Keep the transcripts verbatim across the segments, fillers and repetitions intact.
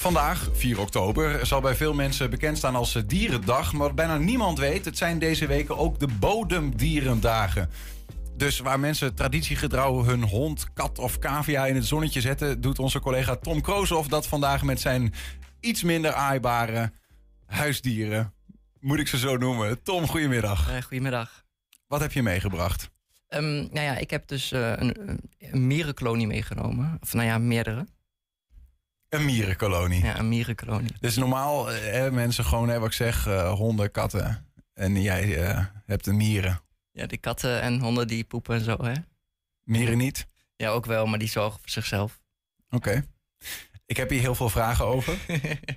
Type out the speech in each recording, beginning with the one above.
Vandaag, vier oktober, zal bij veel mensen bekend staan als Dierendag. Maar wat bijna niemand weet, het zijn deze weken ook de Bodemdierendagen. Dus waar mensen traditiegetrouw hun hond, kat of cavia in het zonnetje zetten, doet onze collega Tom Krooshoff dat vandaag met zijn iets minder aaibare huisdieren. Moet ik ze zo noemen. Tom, goedemiddag. Uh, goedemiddag. Wat heb je meegebracht? Um, nou ja, ik heb dus uh, een, een mierenkolonie meegenomen. Of nou ja, meerdere. Een mierenkolonie? Ja, een mierenkolonie. Dus normaal hè, mensen gewoon, hè, wat ik zeg, uh, honden, katten. En jij uh, hebt de mieren. Ja, die katten en honden die poepen en zo, hè? Mieren niet? Ja, ook wel, maar die zorgen voor zichzelf. Oké. Okay. Ik heb hier heel veel vragen over. uh,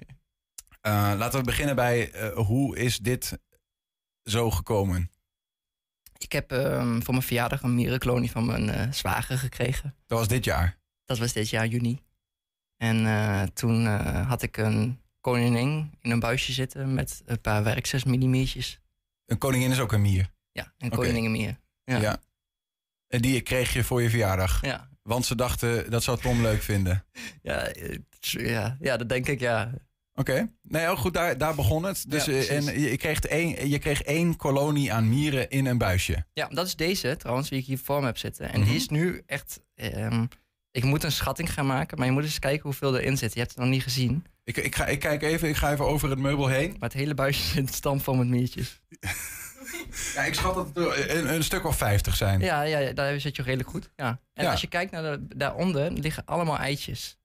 laten we beginnen bij uh, hoe is dit zo gekomen? Ik heb um, voor mijn verjaardag een mierenkolonie van mijn uh, zwager gekregen. Dat was dit jaar? Dat was dit jaar, juni. En uh, toen uh, had ik een koningin in een buisje zitten met een paar werksters, mini-miertjes. Een koningin is ook een mier? Ja, een koninginmier. Ja. ja. En die kreeg je voor je verjaardag? Ja. Want ze dachten, dat zou Tom leuk vinden? Ja, ja, ja, dat denk ik, ja. Oké. Okay. Nee, oh, goed, daar, daar begon het. Dus, ja, en je kreeg, één, je kreeg één kolonie aan mieren in een buisje? Ja, dat is deze trouwens, die ik hier voor me heb zitten. En mm-hmm. die is nu echt... Um, ik moet een schatting gaan maken, maar je moet eens kijken hoeveel erin zit. Je hebt het nog niet gezien. Ik, ik, ga, ik kijk even, ik ga even over het meubel heen. Maar het hele buisje zit stampvol met miertjes. Ja, ik schat dat het een, een stuk of vijftig zijn. Ja, ja, daar zit je redelijk goed. Ja. En ja. Als je kijkt naar de, daaronder, liggen allemaal eitjes.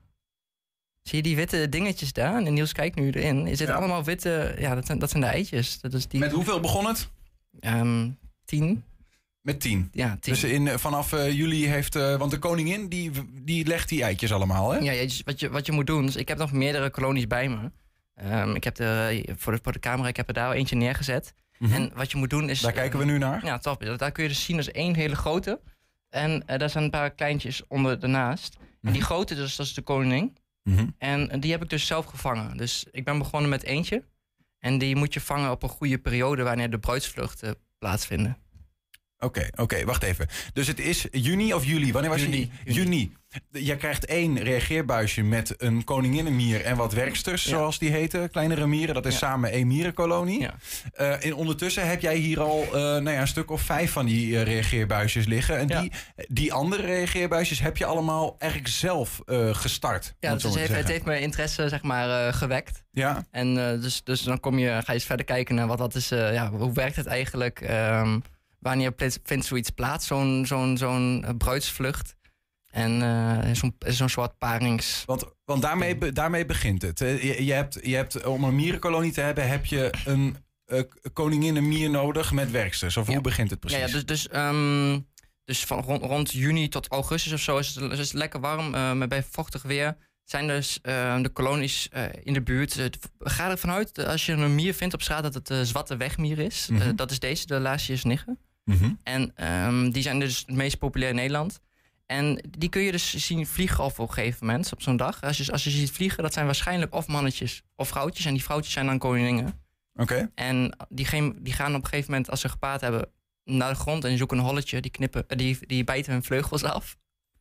Zie je die witte dingetjes daar? En Niels kijkt nu erin. Er zitten ja. allemaal witte... Ja, dat zijn, dat zijn de eitjes. Dat is die... Met hoeveel begon het? Um, tien. Met tien? Ja, tien. Dus in, vanaf uh, juli heeft... Uh, want de koningin, die, die legt die eitjes allemaal, hè? Ja, wat je, wat je moet doen... Dus ik heb nog meerdere kolonies bij me. Um, ik heb de, voor, de, voor de camera, ik heb er daar eentje neergezet. Mm-hmm. En wat je moet doen is... Daar kijken we nu naar? Ja, top. Daar kun je dus zien als één hele grote. En uh, daar zijn een paar kleintjes onder daarnaast. Mm-hmm. En die grote, dus, dat is de koningin. Mm-hmm. En die heb ik dus zelf gevangen. Dus ik ben begonnen met eentje. En die moet je vangen op een goede periode... wanneer de bruidsvluchten plaatsvinden. Oké, okay, oké, okay, wacht even. Dus het is juni of juli? Wanneer was juni, je? Juni. juni. Je krijgt één reageerbuisje met een koninginnenmier en wat werksters, ja. zoals die heten. Kleinere mieren, dat is ja. samen één mierenkolonie. Ja. Uh, en ondertussen heb jij hier al uh, nou ja, een stuk of vijf van die uh, reageerbuisjes liggen. En ja. die, die andere reageerbuisjes heb je allemaal eigenlijk zelf uh, gestart. Ja, dus het, heeft, het heeft mijn interesse zeg maar uh, gewekt. Ja. En uh, dus, dus dan kom je, ga je eens verder kijken naar wat dat is. Uh, ja, hoe werkt het eigenlijk? Um, Wanneer vindt zoiets plaats, zo'n, zo'n, zo'n bruidsvlucht? En uh, zo'n, zo'n soort parings... Want, want daarmee, be, daarmee begint het. Je, je, hebt, je hebt, om een mierenkolonie te hebben, heb je een uh, koninginnenmier nodig met werksters. Of ja. hoe begint het precies? Ja, ja dus, dus, um, dus van rond, rond juni tot augustus of zo is het, is het lekker warm. Uh, maar bij vochtig weer zijn dus uh, de kolonies uh, in de buurt. Uh, ga ervan uit, als je een mier vindt op straat, dat het de uh, zwarte wegmier is. Mm-hmm. Uh, dat is deze, de Lasiusnigge. Mm-hmm. En um, die zijn dus het meest populair in Nederland. En die kun je dus zien vliegen op een gegeven moment, op zo'n dag. Als je, als je ziet vliegen, dat zijn waarschijnlijk of mannetjes of vrouwtjes. En die vrouwtjes zijn dan koninginnen. Oké. Okay. En die, die gaan op een gegeven moment, als ze gepaard hebben, naar de grond en die zoeken een holletje. Die, knippen, die, die bijten hun vleugels af.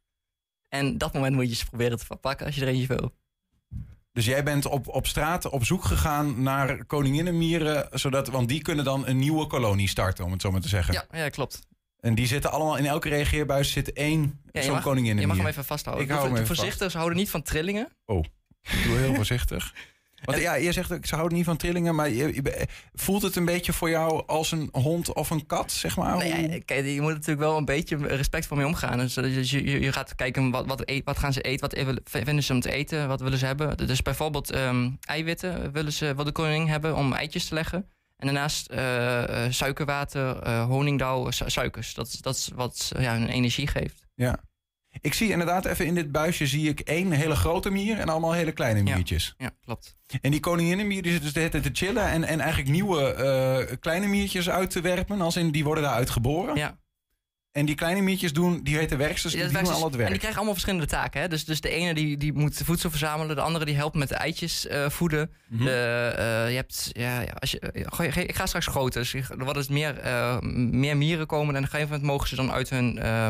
En dat moment moet je ze proberen te verpakken als je er eentje wil. Dus jij bent op, op straat op zoek gegaan naar koninginnenmieren, zodat, want die kunnen dan een nieuwe kolonie starten, om het zo maar te zeggen. Ja, ja klopt. En die zitten allemaal, in elke reageerbuis zit één ja, zo'n koninginnenmier. Je mag hem even vasthouden. Ik hou hem even voorzichtig, vast. Ze houden niet van trillingen. Oh, ik doe heel voorzichtig. Want ja, je zegt, ze houden niet van trillingen, maar je, je, voelt het een beetje voor jou als een hond of een kat, zeg maar? Nee, ja, kijk, je moet natuurlijk wel een beetje respectvol mee omgaan. Dus je, je, je gaat kijken, wat, wat, eet, wat gaan ze eten, wat vinden ze om te eten, wat willen ze hebben. Dus bijvoorbeeld um, eiwitten willen ze, wil de koningin hebben om eitjes te leggen. En daarnaast uh, uh, suikerwater, uh, honingdauw, su- suikers. Dat, dat is wat uh, ja, hun energie geeft. Ja. Ik zie inderdaad even in dit buisje zie ik één hele grote mier en allemaal hele kleine miertjes. Ja, ja klopt. En die koninginnenmier die zit dus de hele tijd te chillen en, en eigenlijk nieuwe uh, kleine miertjes uit te werpen. Als in, die worden daaruit geboren. Ja. En die kleine miertjes doen, die heten werksters, die ja, doen al het werk. En die krijgen allemaal verschillende taken. Hè? Dus, dus de ene die, die moet voedsel verzamelen, de andere die helpt met de eitjes uh, voeden. Mm-hmm. De, uh, je hebt, ja, ja, als je, gooi, ik ga straks groter, dus er worden dus meer, uh, meer mieren komen en op een gegeven moment mogen ze dan uit hun, um,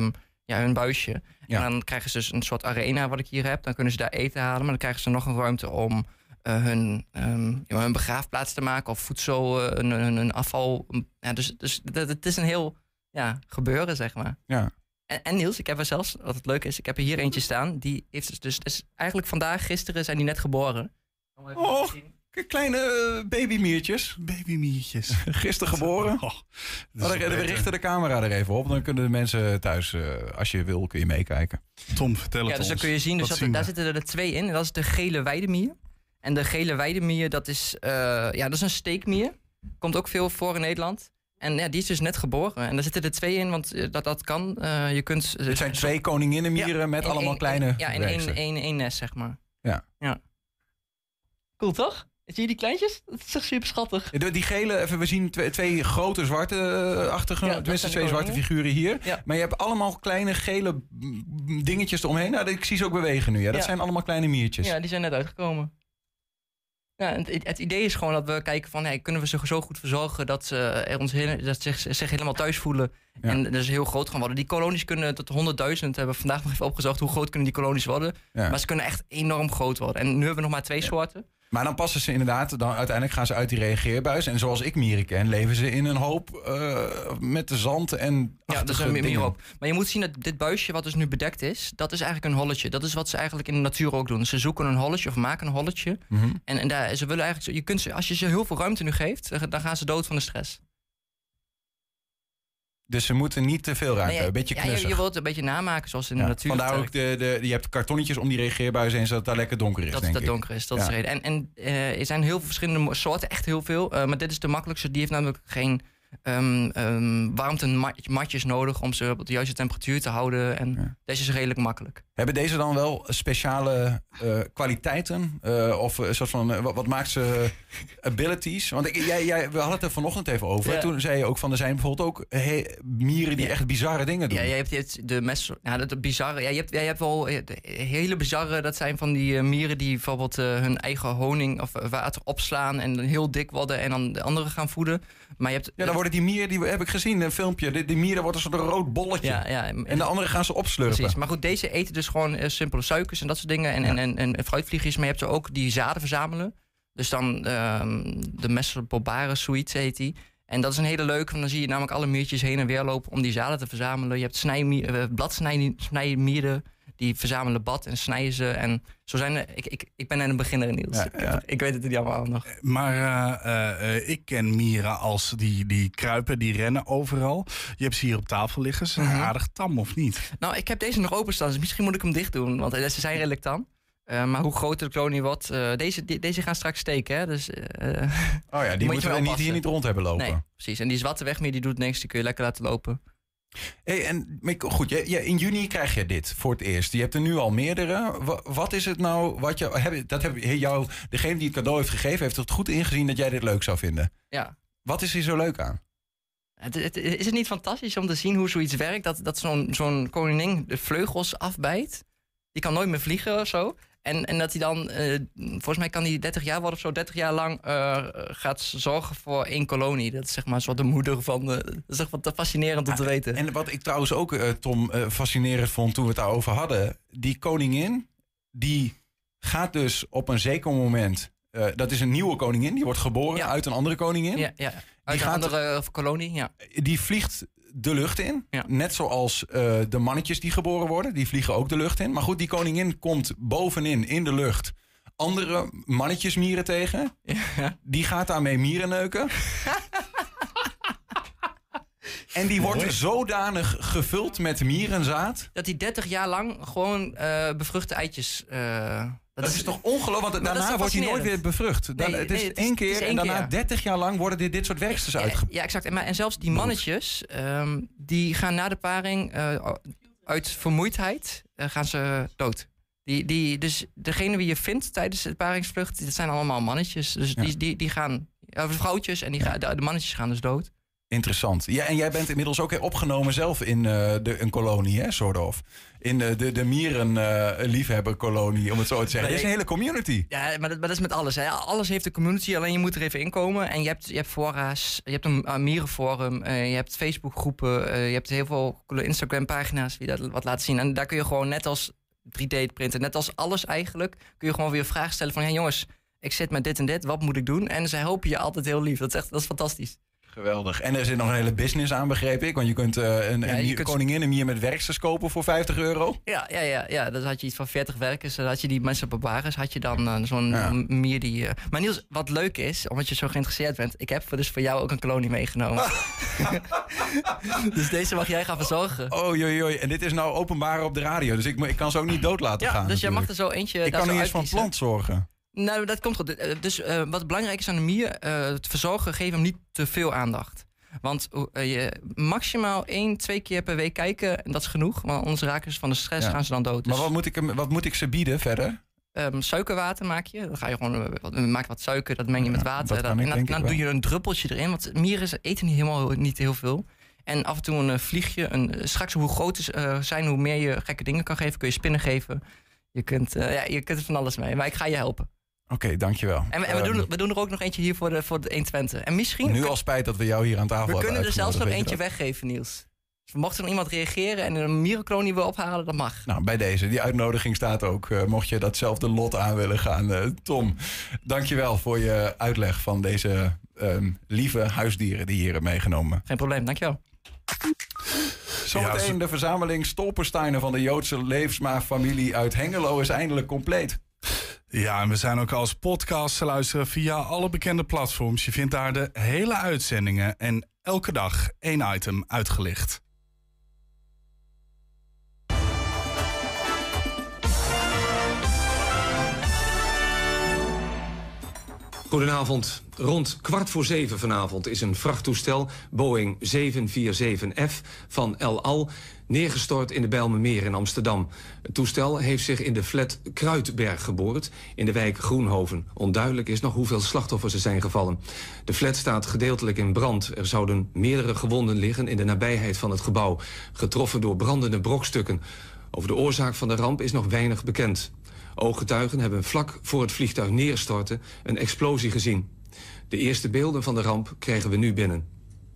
ja, hun buisje. Ja. En dan krijgen ze dus een soort arena wat ik hier heb. Dan kunnen ze daar eten halen. Maar dan krijgen ze nog een ruimte om uh, hun, um, ja, hun begraafplaats te maken. Of voedsel, uh, een, een, een afval. Ja, dus dus dat, het is een heel ja, gebeuren, zeg maar. Ja. En, en Niels, ik heb er zelfs, wat het leuk is, ik heb er hier eentje staan. Die heeft dus, dus, dus eigenlijk vandaag, gisteren zijn die net geboren. Oh, kleine uh, babymiertjes. Babymiertjes. Gisteren geboren. Oh, oh, dan, we richten de camera er even op. Dan kunnen de mensen thuis, uh, als je wil, kun je meekijken. Tom, vertel het ja, dus ons. dan kun je zien, dus dat, zien daar zitten er twee in. En dat is de gele weidemier. En de gele weidemier, dat is, uh, ja, dat is een steekmier. Komt ook veel voor in Nederland. En ja, die is dus net geboren. En daar zitten er twee in, want dat, dat kan. Uh, je kunt, Het zijn twee koninginnenmieren ja, met in, allemaal in, kleine in, Ja, in één, één, één nest, zeg maar. Ja. ja. Cool, toch? Zie je die kleintjes? Dat is echt super schattig. Die, die gele, even, we zien twee, twee grote zwarte-achtige, ja, tenminste twee zwarte figuren hier. Ja. Maar je hebt allemaal kleine gele dingetjes eromheen. Nou, ik zie ze ook bewegen nu. Ja. Dat ja. zijn allemaal kleine miertjes. Ja, die zijn net uitgekomen. Ja, het, het idee is gewoon dat we kijken van, hey, kunnen we ze zo goed verzorgen dat ze, er ons hele, dat zich, zich helemaal thuis voelen. Ja. En dat is heel groot gaan worden. Die kolonies kunnen tot honderdduizend, hebben we vandaag nog even opgezocht, hoe groot kunnen die kolonies worden. Ja. Maar ze kunnen echt enorm groot worden. En nu hebben we nog maar twee ja. soorten. Maar dan passen ze inderdaad, dan uiteindelijk gaan ze uit die reageerbuis. En zoals ik mieren ken, leven ze in een hoop uh, met de zand en ja, dus een meer op. Maar je moet zien dat dit buisje wat dus nu bedekt is, dat is eigenlijk een holletje. Dat is wat ze eigenlijk in de natuur ook doen. Ze zoeken een holletje of maken een holletje. Mm-hmm. En, en daar, ze willen eigenlijk, je kunt ze, als je ze heel veel ruimte nu geeft, dan gaan ze dood van de stress. Dus ze moeten niet te veel ruimte, nee, een beetje knussig. Ja, je, je wilt het een beetje namaken zoals in ja, de natuur. Vandaar ook, de, de, je hebt kartonnetjes om die reageerbuizen heen, zodat het daar lekker donker is, dat, denk dat ik. donker is, dat ja. is de reden. En, en uh, er zijn heel veel verschillende soorten, echt heel veel. Uh, maar dit is de makkelijkste, die heeft namelijk geen um, um, warmtematjes nodig om ze op de juiste temperatuur te houden. En ja. deze is redelijk makkelijk. Hebben deze dan wel speciale uh, kwaliteiten? Uh, of een soort van, uh, wat, wat maakt ze abilities? Want ik, jij, jij, we hadden het er vanochtend even over. Ja. Toen zei je ook van, er zijn bijvoorbeeld ook he, mieren die ja. echt bizarre dingen doen. Ja, jij hebt, je hebt de mes, ja, de, de bizarre. Ja, je hebt, jij hebt wel de hele bizarre. Dat zijn van die uh, mieren die bijvoorbeeld uh, hun eigen honing of water opslaan en heel dik worden en dan de anderen gaan voeden. Maar je hebt, ja, dan worden die mieren, die heb ik gezien, een filmpje. Die, die mieren worden zo'n rood bolletje. Ja, ja, en de anderen gaan ze opslurpen. Precies. Maar goed, deze eten dus gewoon uh, simpele suikers en dat soort dingen. En, ja. en, en, en fruitvliegjes. Maar je hebt er ook die zaden verzamelen. Dus dan uh, de Mesopobare zoiets heet die. En dat is een hele leuke, want dan zie je namelijk alle miertjes heen en weer lopen om die zaden te verzamelen. Je hebt snijmier, uh, bladsnijmieren, die verzamelen bad en snijden ze. En zo zijn er, ik, ik, ik ben een beginner in Niels. Ja, ja. Ik, ik weet het niet allemaal nog. Maar uh, uh, ik ken mieren als die, die kruipen, die rennen overal. Je hebt ze hier op tafel liggen. Ze zijn mm-hmm. aardig tam, of niet? Nou, ik heb deze nog openstaan, dus misschien moet ik hem dicht doen. Want ze zijn redelijk tam. Uh, maar hoe groter de kolonie wordt, uh, deze, die, deze gaan straks steken. Hè? Dus, uh, oh ja, die moet moeten we niet, hier niet rond hebben lopen. Nee, precies. En die zwarte wegmier die doet niks, die kun je lekker laten lopen. Hey, en goed, je, je, in juni krijg je dit voor het eerst. Je hebt er nu al meerdere. Wat, wat is het nou wat je... Heb, dat heb jou, degene die het cadeau heeft gegeven, heeft het goed ingezien dat jij dit leuk zou vinden. Ja. Wat is hier zo leuk aan? Het, het, is het niet fantastisch om te zien hoe zoiets werkt? Dat, dat zo'n, zo'n koningin de vleugels afbijt. Die kan nooit meer vliegen of zo. En, en dat hij dan, uh, volgens mij kan hij dertig jaar worden of zo, dertig jaar lang uh, gaat zorgen voor één kolonie. Dat is zeg maar zo de moeder van, uh, dat is echt wat fascinerend om te weten. En wat ik trouwens ook, uh, Tom, uh, fascinerend vond toen we het daarover hadden. Die koningin, die gaat dus op een zeker moment, uh, dat is een nieuwe koningin, die wordt geboren ja. uit een andere koningin. Ja, ja. uit die een gaat, andere uh, kolonie, ja. Die vliegt de lucht in. Ja. Net zoals uh, de mannetjes die geboren worden. Die vliegen ook de lucht in. Maar goed, die koningin komt bovenin in de lucht andere mannetjesmieren tegen. Ja. Die gaat daarmee mieren neuken. En die wordt Mooi. zodanig gevuld met mierenzaad. Dat hij dertig jaar lang gewoon uh, bevruchte eitjes... Uh, dat, dat is, is toch ongelooflijk? Want daarna wordt hij nooit weer bevrucht. Dan, nee, het is nee, het één is, keer het is één en daarna keer. dertig jaar lang worden dit, dit soort werksters ja, uitgebracht. Ja, exact. En, en zelfs die mannetjes, um, die gaan na de paring uh, uit vermoeidheid uh, gaan ze dood. Die, die, dus degene wie je vindt tijdens de paringsvlucht, dat zijn allemaal mannetjes. Dus ja. die, die, die gaan, uh, vrouwtjes en die ja. gaan, de, de mannetjes gaan dus dood. Interessant. Ja, en jij bent inmiddels ook opgenomen zelf in uh, de, een kolonie, hè, soort of. In uh, de, de mierenliefhebberkolonie, om het zo te zeggen. Er is een hele community. Ja, maar dat, maar dat is met alles. Hè. Alles heeft een community, alleen je moet er even inkomen. En je hebt, je hebt fora's, je hebt een uh, mierenforum, uh, je hebt Facebookgroepen, uh, je hebt heel veel Instagram-pagina's die dat wat laten zien. En daar kun je gewoon net als drie D printen, net als alles eigenlijk, kun je gewoon weer vragen stellen van, hé hey, jongens, ik zit met dit en dit, wat moet ik doen? En zij helpen je altijd heel lief. Dat is echt, dat is fantastisch. Geweldig. En er zit nog een hele business aan, begreep ik. Want je kunt uh, een, ja, een kunt... koningin een mier met werksters kopen voor vijftig euro. Ja, ja, ja, ja. Dan had je iets van veertig werkers. Dan had je die mensen op baris. Had je dan uh, zo'n ja. mier die... Uh... Maar Niels, wat leuk is, omdat je zo geïnteresseerd bent. Ik heb dus voor jou ook een kolonie meegenomen. Dus deze mag jij gaan verzorgen. Oh, joi, joi. En dit is nou openbaar op de radio. Dus ik, ik kan ze ook niet dood laten ja, gaan. Dus natuurlijk. jij mag er zo eentje... Ik kan niet eens van plant zorgen. Nou, dat komt goed. Dus uh, wat belangrijk is aan een mier, uh, het verzorgen, geef hem niet te veel aandacht. Want uh, je maximaal één, twee keer per week kijken, en dat is genoeg. Want anders raken ze van de stress, ja. gaan ze dan dood. Dus... Maar wat moet, ik, wat moet ik ze bieden verder? Um, suikerwater maak je. Dan ga je gewoon uh, maak wat suiker, dat meng je ja, met water. Dan, ik, en dan, dan doe je een druppeltje erin. Want mieren eten niet helemaal niet heel veel. En af en toe een uh, vliegje. Een, uh, straks hoe groot ze uh, zijn, hoe meer je gekke dingen kan geven. Kun je spinnen geven. Je kunt, uh, ja, je kunt er van alles mee. Maar ik ga je helpen. Oké, okay, dankjewel. En, en we, um, doen, we doen er ook nog eentje hier voor de, voor de honderdtwintig. En misschien... Nu al spijt dat we jou hier aan tafel hebben. We kunnen er zelfs nog eentje dat? weggeven, Niels. Dus mocht er iemand reageren en een mierenkolonie wil ophalen, dat mag. Nou, bij deze. Die uitnodiging staat ook. Uh, mocht je datzelfde lot aan willen gaan. Uh, Tom, dankjewel voor je uitleg van deze um, lieve huisdieren die je hier hebt meegenomen. Geen probleem, dankjewel. Zometeen de verzameling Stolpersteinen van de Joodse Leefsma-familie uit Hengelo is eindelijk compleet. Ja, en we zijn ook als podcast te luisteren via alle bekende platforms. Je vindt daar de hele uitzendingen en elke dag één item uitgelicht. Goedenavond. Rond kwart voor zeven vanavond is een vrachttoestel Boeing zeven vier zeven F van El Al neergestort in de Bijlmermeer in Amsterdam. Het toestel heeft zich in de flat Kruidberg geboord in de wijk Groenhoven. Onduidelijk is nog hoeveel slachtoffers er zijn gevallen. De flat staat gedeeltelijk in brand. Er zouden meerdere gewonden liggen in de nabijheid van het gebouw, getroffen door brandende brokstukken. Over de oorzaak van de ramp is nog weinig bekend. Ooggetuigen hebben vlak voor het vliegtuig neerstorten een explosie gezien. De eerste beelden van de ramp krijgen we nu binnen.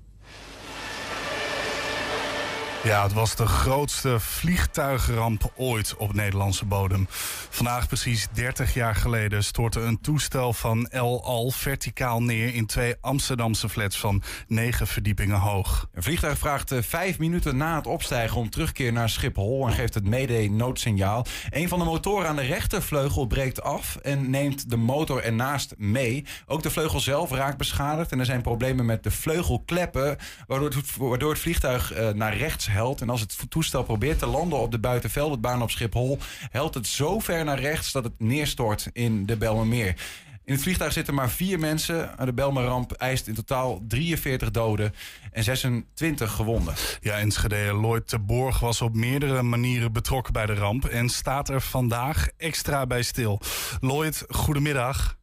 Ja, het was de grootste vliegtuigramp ooit op Nederlandse bodem. Vandaag precies dertig jaar geleden stortte een toestel van El Al verticaal neer in twee Amsterdamse flats van negen verdiepingen hoog. Een vliegtuig vraagt uh, vijf minuten na het opstijgen om terugkeer naar Schiphol en geeft het mayday noodsignaal. Een van de motoren aan de rechtervleugel breekt af en neemt de motor ernaast mee. Ook de vleugel zelf raakt beschadigd en er zijn problemen met de vleugelkleppen, waardoor het, waardoor het vliegtuig uh, naar rechts helt. En als het toestel probeert te landen op de buitenveldbaan op Schiphol, helt het zo ver naar rechts dat het neerstort in de Bijlmermeer. In het vliegtuig zitten maar vier mensen. De Bijlmerramp eist in totaal drieënveertig doden en zesentwintig gewonden. Ja, Enschede Lloyd de Borg was op meerdere manieren betrokken bij de ramp en staat er vandaag extra bij stil. Lloyd, goedemiddag.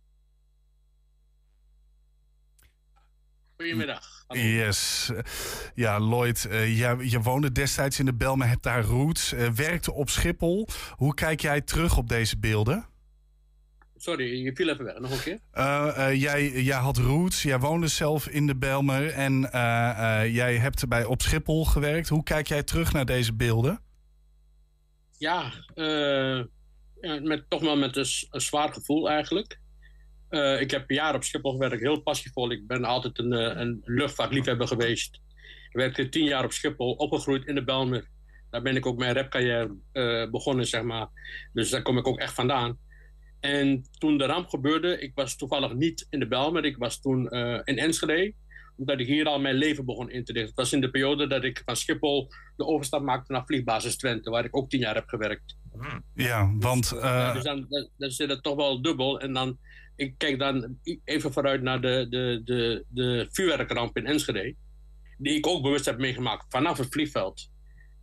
Goedemiddag. Hallo. Yes. Ja, Lloyd, uh, jij, je woonde destijds in de Bijlmer, hebt daar roots, uh, werkte op Schiphol. Hoe kijk jij terug op deze beelden? Sorry, je viel even weg. Nog een keer? Uh, uh, jij, jij had roots, jij woonde zelf in de Bijlmer en uh, uh, jij hebt bij op Schiphol gewerkt. Hoe kijk jij terug naar deze beelden? Ja, uh, met, toch wel met een, een zwaar gevoel eigenlijk. Uh, ik heb jaren op Schiphol gewerkt, heel passievol. Ik ben altijd een, een luchtvaartliefhebber geweest. Ik werkte tien jaar op Schiphol, opgegroeid in de Bijlmer. Daar ben ik ook mijn rapcarrière uh, begonnen, zeg maar. Dus daar kom ik ook echt vandaan. En toen de ramp gebeurde, ik was toevallig niet in de Bijlmer. Ik was toen uh, in Enschede, omdat ik hier al mijn leven begon in te richten. Het was in de periode dat ik van Schiphol de overstap maakte naar vliegbasis Twente, waar ik ook tien jaar heb gewerkt. Ja, want... Uh... Ja, dus dan, dan, dan zit het toch wel dubbel. En dan, ik kijk dan even vooruit naar de, de, de, de vuurwerkramp in Enschede, die ik ook bewust heb meegemaakt vanaf het vliegveld.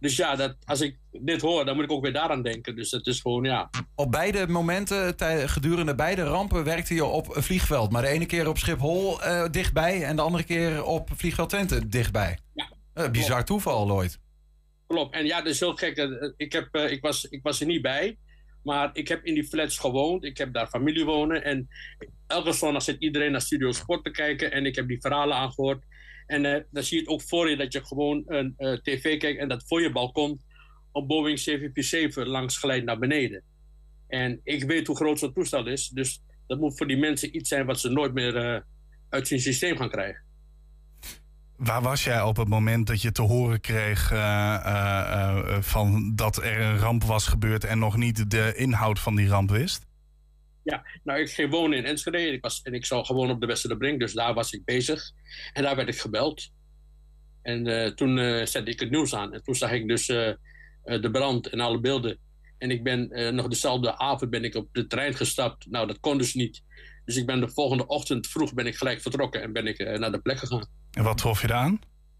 Dus ja, dat, als ik dit hoor, dan moet ik ook weer daaraan denken. Dus dat is gewoon, ja. Op beide momenten, tij- gedurende beide rampen, werkte je op een vliegveld. Maar de ene keer op Schiphol uh, dichtbij en de andere keer op vliegveld Twente dichtbij. Ja. Uh, bizar toeval, Lloyd. Klopt. En ja, dat is heel gek. Ik, heb, uh, ik, was, ik was er niet bij. Maar ik heb in die flats gewoond. Ik heb daar familie wonen. En elke zondag zit iedereen naar Studio Sport te kijken. En ik heb die verhalen aangehoord. En uh, dan zie je het ook voor je dat je gewoon een uh, tv kijkt. En dat voor je balkon een Boeing zeven vier zeven langs glijdt naar beneden. En ik weet hoe groot zo'n toestel is. Dus dat moet voor die mensen iets zijn wat ze nooit meer uh, uit hun systeem gaan krijgen. Waar was jij op het moment dat je te horen kreeg uh, uh, uh, van dat er een ramp was gebeurd en nog niet de inhoud van die ramp wist? Ja, nou ik ging wonen in Enschede en ik, was, en ik zou gewoon op de Westerderbrink, dus daar was ik bezig. En daar werd ik gebeld. En uh, toen uh, zette ik het nieuws aan. En toen zag ik dus uh, uh, de brand en alle beelden. En ik ben uh, nog dezelfde avond ben ik op de trein gestapt. Nou, dat kon dus niet. Dus ik ben de volgende ochtend vroeg ben ik gelijk vertrokken en ben ik uh, naar de plek gegaan. En wat trof je aan?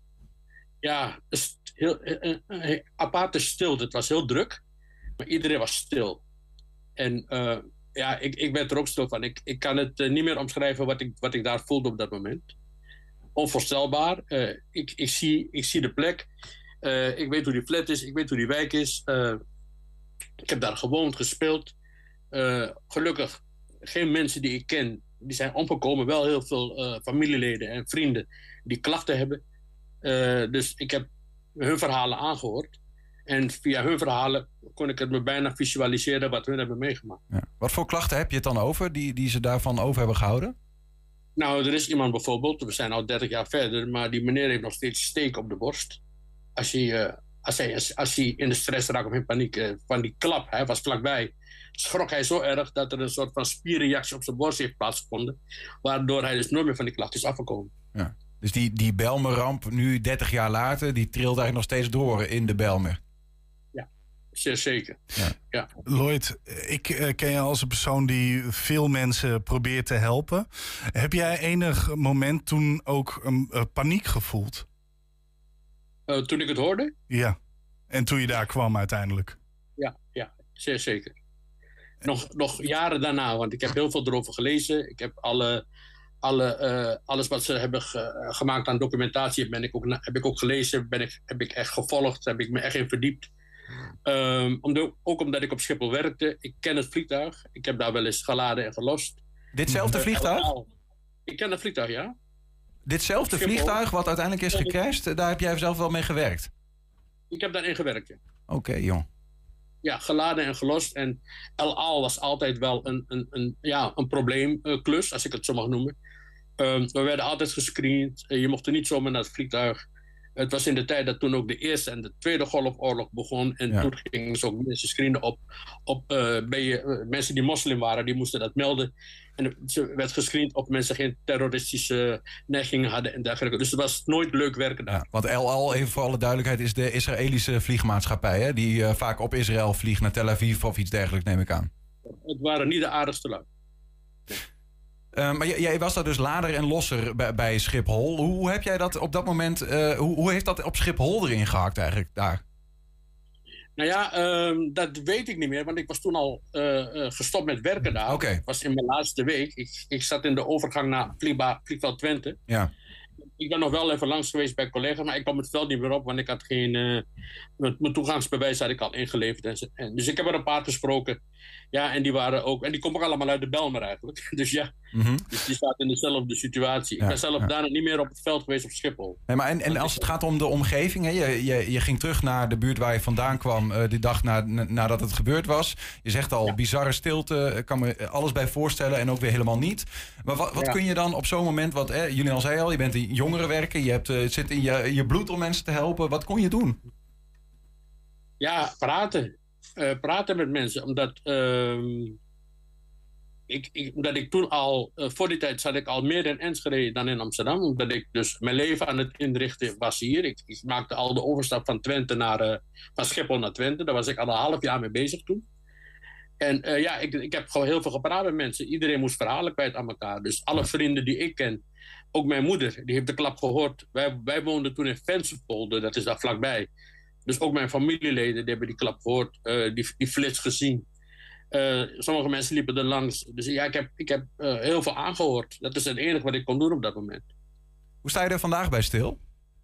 Ja, heel, een, een aparte stilte. Het was heel druk, maar iedereen was stil. En uh, ja, ik, ik werd er ook stil van. Ik, ik kan het uh, niet meer omschrijven wat ik, wat ik daar voelde op dat moment. Onvoorstelbaar. Uh, ik, ik, zie, ik zie de plek. Uh, ik weet hoe die flat is. Ik weet hoe die wijk is. Uh, ik heb daar gewoond, gespeeld. Uh, gelukkig geen mensen die ik ken. Die zijn omgekomen. Wel heel veel uh, familieleden en vrienden die klachten hebben. Uh, dus ik heb hun verhalen aangehoord. En via hun verhalen kon ik het me bijna visualiseren wat hun hebben meegemaakt. Ja. Wat voor klachten heb je het dan over, die, die ze daarvan over hebben gehouden? Nou, er is iemand bijvoorbeeld, we zijn al dertig jaar verder, maar die meneer heeft nog steeds steek op de borst. Als hij, uh, als hij, als hij in de stress raakt of in paniek uh, van die klap, hij was vlakbij, schrok hij zo erg dat er een soort van spierreactie op zijn borst heeft plaatsgevonden, waardoor hij dus nooit meer van die klacht is afgekomen. Ja. Dus die, die Bijlmerramp, nu dertig jaar later, die trilt eigenlijk nog steeds door in de Bijlmer. Ja, zeer zeker. Ja. Ja. Lloyd, ik uh, ken je als een persoon die veel mensen probeert te helpen. Heb jij enig moment toen ook een uh, paniek gevoeld? Uh, toen ik het hoorde? Ja, en toen je daar kwam uiteindelijk? Ja, ja, zeer zeker. Nog, nog jaren daarna, want ik heb heel veel erover gelezen. Ik heb alle... Alle, uh, alles wat ze hebben ge, gemaakt aan documentatie ben ik ook, heb ik ook gelezen, ben ik, heb ik echt gevolgd, heb ik me echt in verdiept. Um, omdat, ook omdat ik op Schiphol werkte. Ik ken het vliegtuig. Ik heb daar wel eens geladen en gelost. Ditzelfde vliegtuig? Uh, ik ken het vliegtuig, ja. Ditzelfde vliegtuig wat uiteindelijk is gecrashed, daar heb jij zelf wel mee gewerkt? Ik heb daarin gewerkt, ja. Oké, okay, jong. Ja, geladen en gelost. En El Al was altijd wel een, een, een, ja, een probleemklus, als ik het zo mag noemen. Um, we werden altijd gescreend. Je mocht er niet zomaar naar het vliegtuig. Het was in de tijd dat toen ook de Eerste en de Tweede Golfoorlog begon. En ja. Toen gingen ze ook mensen screenen op, op uh, bij, uh, mensen die moslim waren. Die moesten dat melden. En ze werd gescreend op mensen die geen terroristische neigingen hadden en dergelijke. Dus het was nooit leuk werken daar. Ja, want El Al, even voor alle duidelijkheid, is de Israëlische vliegmaatschappij. Hè? Die uh, vaak op Israël vliegt naar Tel Aviv of iets dergelijks, neem ik aan. Het waren niet de aardigste lui. Uh, maar j- jij was daar dus lader en losser bij, bij Schiphol. Hoe, hoe heb jij dat op dat moment, uh, hoe, hoe heeft dat op Schiphol erin gehakt eigenlijk daar? Nou ja, um, dat weet ik niet meer, want ik was toen al uh, uh, gestopt met werken daar. Okay. Het was in mijn laatste week. Ik, ik zat in de overgang naar vliegba- vliegveld Twente. Ja. Ik ben nog wel even langs geweest bij collega's, maar ik kwam het veld niet meer op, want ik had geen... Uh, mijn toegangsbewijs had ik al ingeleverd. En, en, dus ik heb er een paar gesproken. Ja, en die waren ook... En die komen ook allemaal uit de Bijlmer eigenlijk. Dus ja, mm-hmm. dus die zaten in dezelfde situatie. Ja, ik ben zelf ja. daarna niet meer op het veld geweest op Schiphol. Nee, maar en, en als het gaat om de omgeving, hè, je, je, je ging terug naar de buurt waar je vandaan kwam uh, die dag na, na, nadat het gebeurd was. Je zegt al, ja. bizarre stilte, ik kan me alles bij voorstellen en ook weer helemaal niet. Maar wat, wat ja. kun je dan op zo'n moment, wat eh, Julian zei al, je bent een jongerenwerker, je hebt, uh, het zit in je, je bloed om mensen te helpen. Wat kon je doen? Ja, praten. Uh, praten met mensen, omdat... Uh, Ik, ik, omdat ik toen al, uh, voor die tijd zat ik al meer in Enschede dan in Amsterdam. Omdat ik dus mijn leven aan het inrichten was hier. Ik, ik maakte al de overstap van Twente naar, uh, van Schiphol naar Twente. Daar was ik al een half jaar mee bezig toen. En uh, ja, ik, ik heb gewoon heel veel gepraat met mensen. Iedereen moest verhalen kwijt aan elkaar. Dus alle vrienden die ik ken, ook mijn moeder, die heeft de klap gehoord. Wij, wij woonden toen in Vensterpolder, dat is daar vlakbij. Dus ook mijn familieleden die hebben die klap gehoord, uh, die, die flits gezien. Uh, sommige mensen liepen er langs. Dus ja, ik heb, ik heb uh, heel veel aangehoord. Dat is het enige wat ik kon doen op dat moment. Hoe sta je er vandaag bij stil?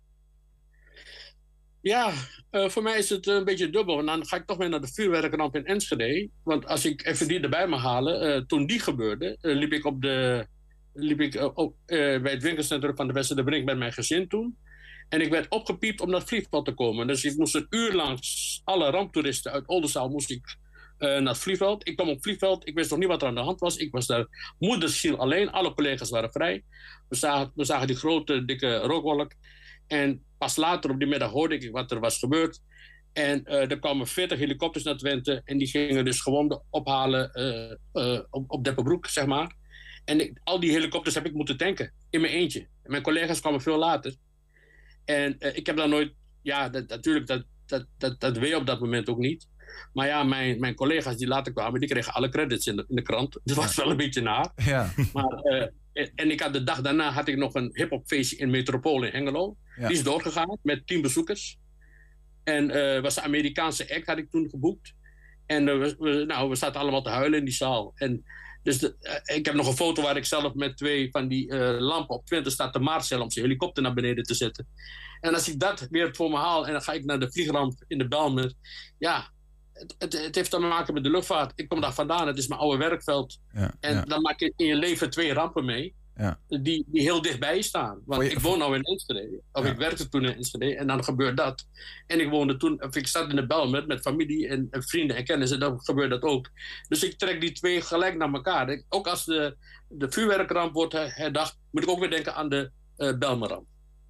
Ja, uh, voor mij is het een beetje dubbel. En dan ga ik toch weer naar de vuurwerkramp in Enschede. Want als ik even die erbij mag halen. Uh, toen die gebeurde, uh, liep ik, op de, liep ik uh, op, uh, bij het winkelcentrum van de Westerderbrink met mijn gezin toen. En ik werd opgepiept om naar het vliegveld te komen. Dus ik moest een uur lang alle ramptoeristen uit Oldenzaal moest ik uh, naar het vliegveld. Ik kwam op het vliegveld. Ik wist nog niet wat er aan de hand was. Ik was daar moederziel alleen. Alle collega's waren vrij. We zagen, we zagen die grote, dikke rookwolk. En pas later op die middag hoorde ik wat er was gebeurd. En uh, er kwamen veertig helikopters naar Twente. En die gingen dus gewonden ophalen uh, uh, op, op Deppenbroek, zeg maar. En ik, al die helikopters heb ik moeten tanken. In mijn eentje. En mijn collega's kwamen veel later. En uh, ik heb daar nooit... Ja, dat, natuurlijk, dat, dat, dat, dat weet je op dat moment ook niet. Maar ja, mijn, mijn collega's die later kwamen... die kregen alle credits in de, in de krant. Dat was wel een beetje naar. Ja. Maar... Uh, En ik had de dag daarna had ik nog een hip-hopfeestje in Metropool in Hengelo. Ja. Die is doorgegaan met tien bezoekers. En uh, was de Amerikaanse act had ik toen geboekt. En uh, we, we, nou, we zaten allemaal te huilen in die zaal. En dus de, uh, ik heb nog een foto waar ik zelf met twee van die uh, lampen op Twente sta te Marcel om zijn helikopter naar beneden te zetten. En als ik dat weer voor me haal en dan ga ik naar de vliegramp in de Bijlmer. Ja, het, het, het heeft te maken met de luchtvaart. Ik kom daar vandaan, het is mijn oude werkveld. Ja, en ja. dan maak je in je leven twee rampen mee. Ja. Die, die heel dichtbij je staan. Want je, ik woon nou in Enschede. Of ja. ik werkte toen in Enschede. En dan gebeurt dat. En ik woonde toen... Of ik zat in de Bijlmer met familie en, en vrienden en kennissen. Dan gebeurt dat ook. Dus ik trek die twee gelijk naar elkaar. Ook als de, de vuurwerkramp wordt herdacht... moet ik ook weer denken aan de uh, Bijlmerramp.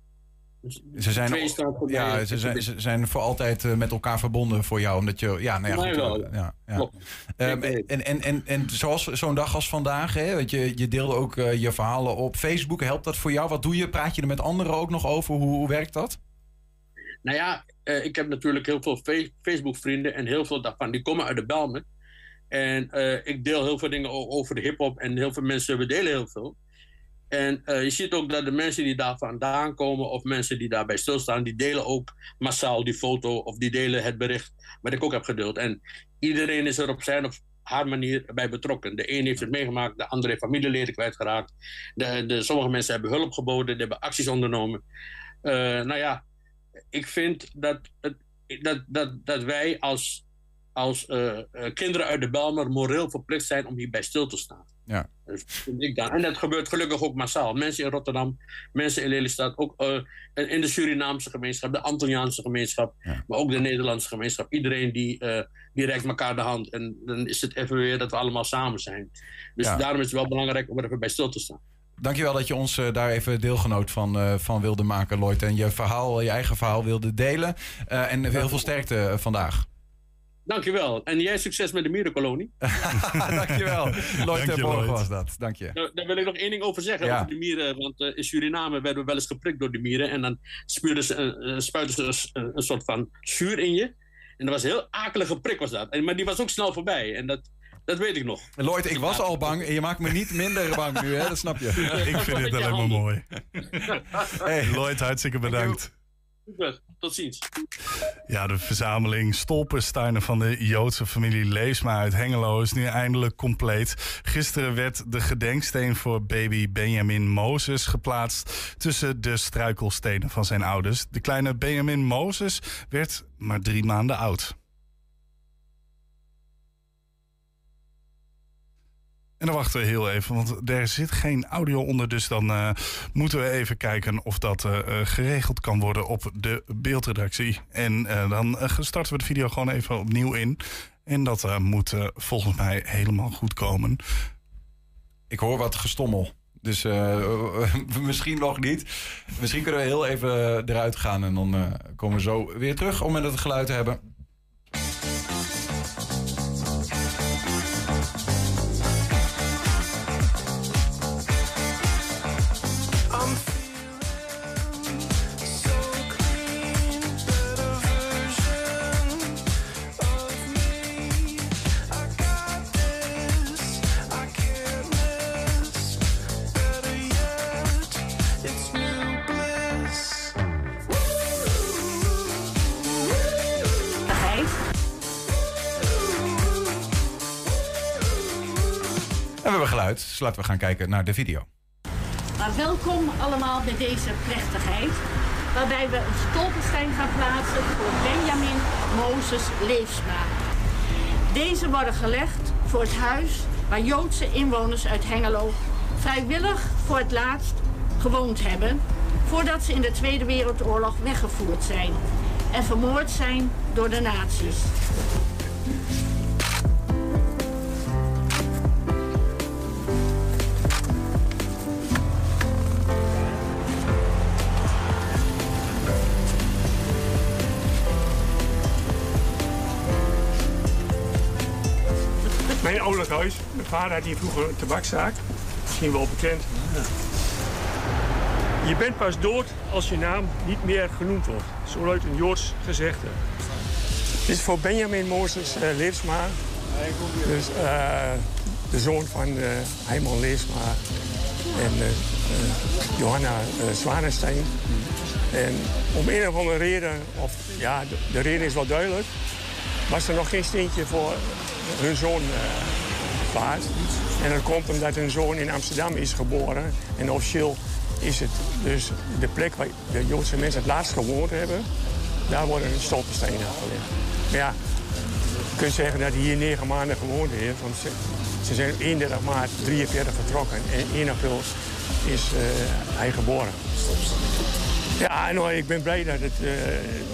Dus ze zijn, ja, ze zijn, ze zijn voor altijd uh, met elkaar verbonden voor jou. Omdat je, ja, nou ja, goed, wel, ja, ja. Um, en, en, en, en zoals zo'n dag als vandaag, hè, want je, je deelde ook uh, je verhalen op Facebook. Helpt dat voor jou? Wat doe je? Praat je er met anderen ook nog over? Hoe, hoe werkt dat? Nou ja, uh, ik heb natuurlijk heel veel fe- Facebook-vrienden. En heel veel daarvan, die komen uit de Bijlmer. En uh, ik deel heel veel dingen over de hiphop. En heel veel mensen, we delen heel veel. En uh, je ziet ook dat de mensen die daar vandaan komen... of mensen die daarbij stilstaan... die delen ook massaal die foto... of die delen het bericht wat ik ook heb gedeeld. En iedereen is er op zijn of haar manier bij betrokken. De een heeft het meegemaakt... de andere heeft familieleden kwijtgeraakt. De, de, sommige mensen hebben hulp geboden... die hebben acties ondernomen. Uh, nou ja, ik vind dat, het, dat, dat, dat wij als... als uh, uh, kinderen uit de Bijlmer moreel verplicht zijn om hierbij stil te staan. Ja. Dat vind ik dan. En dat gebeurt gelukkig ook massaal. Mensen in Rotterdam, mensen in Lelystad, ook uh, in de Surinaamse gemeenschap, de Antilliaanse gemeenschap, ja. maar ook de Nederlandse gemeenschap. Iedereen die, uh, die reikt elkaar de hand. En dan is het even weer dat we allemaal samen zijn. Dus ja. daarom is het wel belangrijk om er even bij stil te staan. Dankjewel dat je ons uh, daar even deelgenoot van, uh, van wilde maken, Lloyd. En je verhaal, je eigen verhaal wilde delen. Uh, en heel veel sterkte uh, vandaag. Dankjewel. En jij succes met de mierenkolonie. Dankjewel. Lloyd ter Borg was dat. Dank je. Nou, daar wil ik nog één ding over zeggen. Ja. Over de mieren. Want uh, in Suriname werden we wel eens geprikt door de mieren. En dan spuiten ze, uh, spuiten ze een, een soort van zuur in je. En dat was een heel akelige prik was dat. En, maar die was ook snel voorbij. En dat, dat weet ik nog. Lloyd, ik was al bang. En je maakt me niet minder bang nu. Hè? Dat snap je. Ik vind dit helemaal mooi. Hey, Lloyd, hartstikke bedankt. Super, tot ziens. Ja, de verzameling stolpersteinen van de Joodse familie Leesma uit Hengelo is nu eindelijk compleet. Gisteren werd de gedenksteen voor baby Benjamin Moses geplaatst tussen de struikelstenen van zijn ouders. De kleine Benjamin Moses werd maar drie maanden oud. En dan wachten we heel even, want er zit geen audio onder. Dus dan uh, moeten we even kijken of dat uh, geregeld kan worden op de beeldredactie. En uh, dan uh, starten we de video gewoon even opnieuw in. En dat uh, moet uh, volgens mij helemaal goed komen. Ik hoor wat gestommel. Dus uh, misschien nog niet. Misschien kunnen we heel even eruit gaan. En dan uh, komen we zo weer terug om met het geluid te hebben. Woo! we hebben geluid, dus laten we gaan kijken naar de video. Maar welkom allemaal bij deze plechtigheid, waarbij we een stolpenstein gaan plaatsen voor Benjamin Mozes Leefsma. Deze worden gelegd voor het huis waar Joodse inwoners uit Hengelo vrijwillig voor het laatst gewoond hebben, voordat ze in de Tweede Wereldoorlog weggevoerd zijn en vermoord zijn door de nazi's. Mijn ouderlijk huis. Mijn vader had hier vroeger een tabakzaak. Misschien wel bekend. Je bent pas dood als je naam niet meer genoemd wordt. Zo luidt een Joods gezegde. Dit is voor Benjamin Mozes uh, Leefsma. Dus, uh, de zoon van uh, Heiman Leefsma en uh, uh, Johanna uh, Zwanenstein. En om een of andere reden, of ja, de, de reden is wel duidelijk, was er nog geen steentje voor hun zoon uh, plaats. En dat komt omdat hun zoon in Amsterdam is geboren. En officieel is het dus de plek waar de Joodse mensen het laatst gewoond hebben. Daar worden stolpenstenen gelegd. Maar ja, je kunt zeggen dat hij hier negen maanden gewoond heeft. Want ze, ze zijn eenendertig maart drieënveertig vertrokken. En één april is uh, hij geboren. Ja, en nou, ik ben blij dat het uh, uh,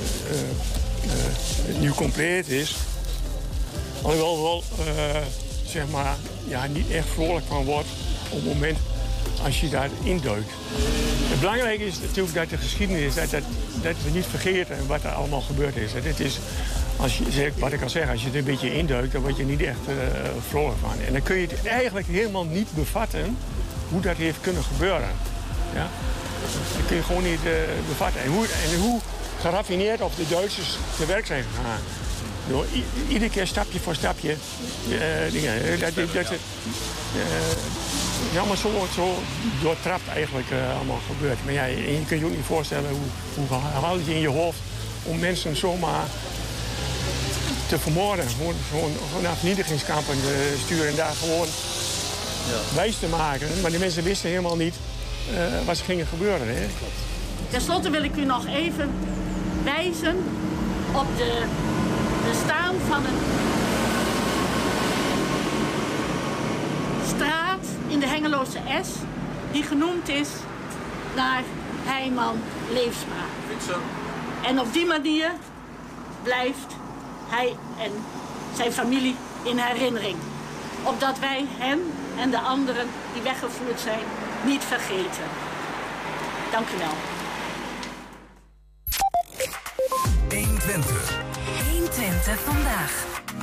uh, nu compleet is. Alhoewel wel, uh, zeg maar, ja, niet echt vrolijk van wordt op het moment als je daar induikt. Het belangrijke is natuurlijk dat de geschiedenis, dat, dat, dat we niet vergeten wat er allemaal gebeurd is. Het is als je, wat ik al zeg, als je er een beetje induikt, dan word je niet echt uh, vrolijk van. En dan kun je het eigenlijk helemaal niet bevatten hoe dat heeft kunnen gebeuren. Ja? Dat kun je gewoon niet uh, bevatten. En hoe, en hoe geraffineerd of de Duitsers te werk zijn gegaan. Door i- iedere keer stapje voor stapje uh, dingen. Dat, dat, dat, uh, is allemaal zo, zo doortrapt eigenlijk uh, allemaal gebeurd. Maar ja, je kunt je ook niet voorstellen hoe, hoe haal je in je hoofd om mensen zomaar te vermoorden. Gewoon, gewoon, gewoon naar vernietigingskampen uh, sturen en daar gewoon ja. wijs te maken. Maar die mensen wisten helemaal niet uh, wat er ging gebeuren. Hè? Ten slotte wil ik u nog even wijzen op de bestaan van een straat in de Hengeloze Es die genoemd is naar Heiman Leefsma. En op die manier blijft hij en zijn familie in herinnering. Opdat wij hem en de anderen die weggevoerd zijn niet vergeten. Dank u wel. honderdtwintig. honderdtwintig vandaag.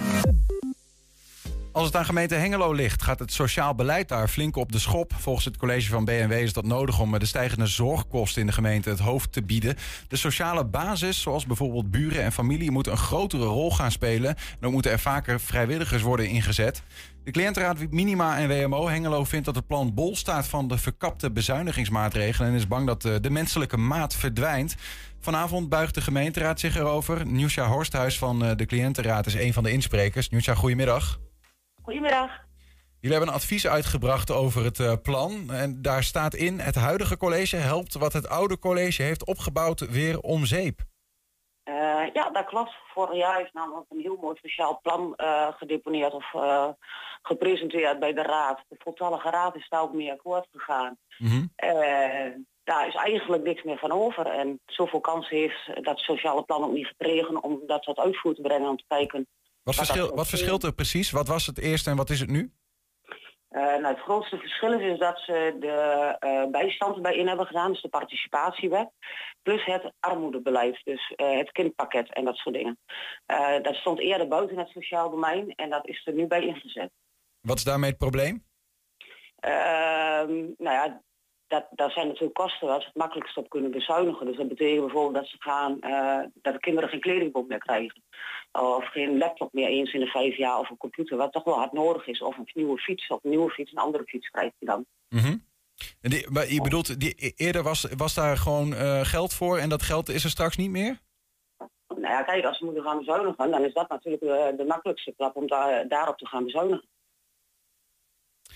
Als het aan gemeente Hengelo ligt, gaat het sociaal beleid daar flink op de schop. Volgens het college van B N W is dat nodig om de stijgende zorgkosten in de gemeente het hoofd te bieden. De sociale basis, zoals bijvoorbeeld buren en familie, moet een grotere rol gaan spelen. En ook moeten er vaker vrijwilligers worden ingezet. De cliëntenraad Minima en W M O Hengelo vindt dat het plan bol staat van de verkapte bezuinigingsmaatregelen en is bang dat de, de menselijke maat verdwijnt. Vanavond buigt de gemeenteraad zich erover. Njoesja Horsthuis van de cliëntenraad is een van de insprekers. Njoesja, goedemiddag. Goedemiddag. Jullie hebben een advies uitgebracht over het uh, plan. En daar staat in: het huidige college helpt wat het oude college heeft opgebouwd weer om zeep. Uh, ja, dat klopt. Vorig jaar is namelijk een heel mooi sociaal plan uh, gedeponeerd of uh, gepresenteerd bij de raad. De voltallige raad is daar ook mee akkoord gegaan. Mm-hmm. Uh, daar is eigenlijk niks meer van over. En zoveel kansen heeft dat sociale plan ook niet gekregen om dat tot uitvoer te brengen, om te kijken. Wat, verschil, wat verschilt er precies? Wat was het eerste en wat is het nu? Uh, nou, het grootste verschil is, is dat ze de uh, bijstand bij in hebben gedaan, dus de participatiewet, plus het armoedebeleid, dus uh, het kindpakket en dat soort dingen. Uh, dat stond eerder buiten het sociaal domein en dat is er nu bij ingezet. Wat is daarmee het probleem? Uh, nou ja, dat, daar zijn natuurlijk kosten waar ze het makkelijkst op kunnen bezuinigen. Dus dat betekent bijvoorbeeld dat ze gaan, uh, dat de kinderen geen kledingboek meer krijgen. Of geen laptop meer eens in de vijf jaar of een computer, wat toch wel hard nodig is. Of een nieuwe fiets, of een nieuwe fiets, een andere fiets krijg je dan. Mm-hmm. En die, maar je bedoelt, die, eerder was, was daar gewoon uh, geld voor en dat geld is er straks niet meer? Nou ja, kijk, als ze moeten gaan bezuinigen, dan is dat natuurlijk de, de makkelijkste klap om daar, daarop te gaan bezuinigen.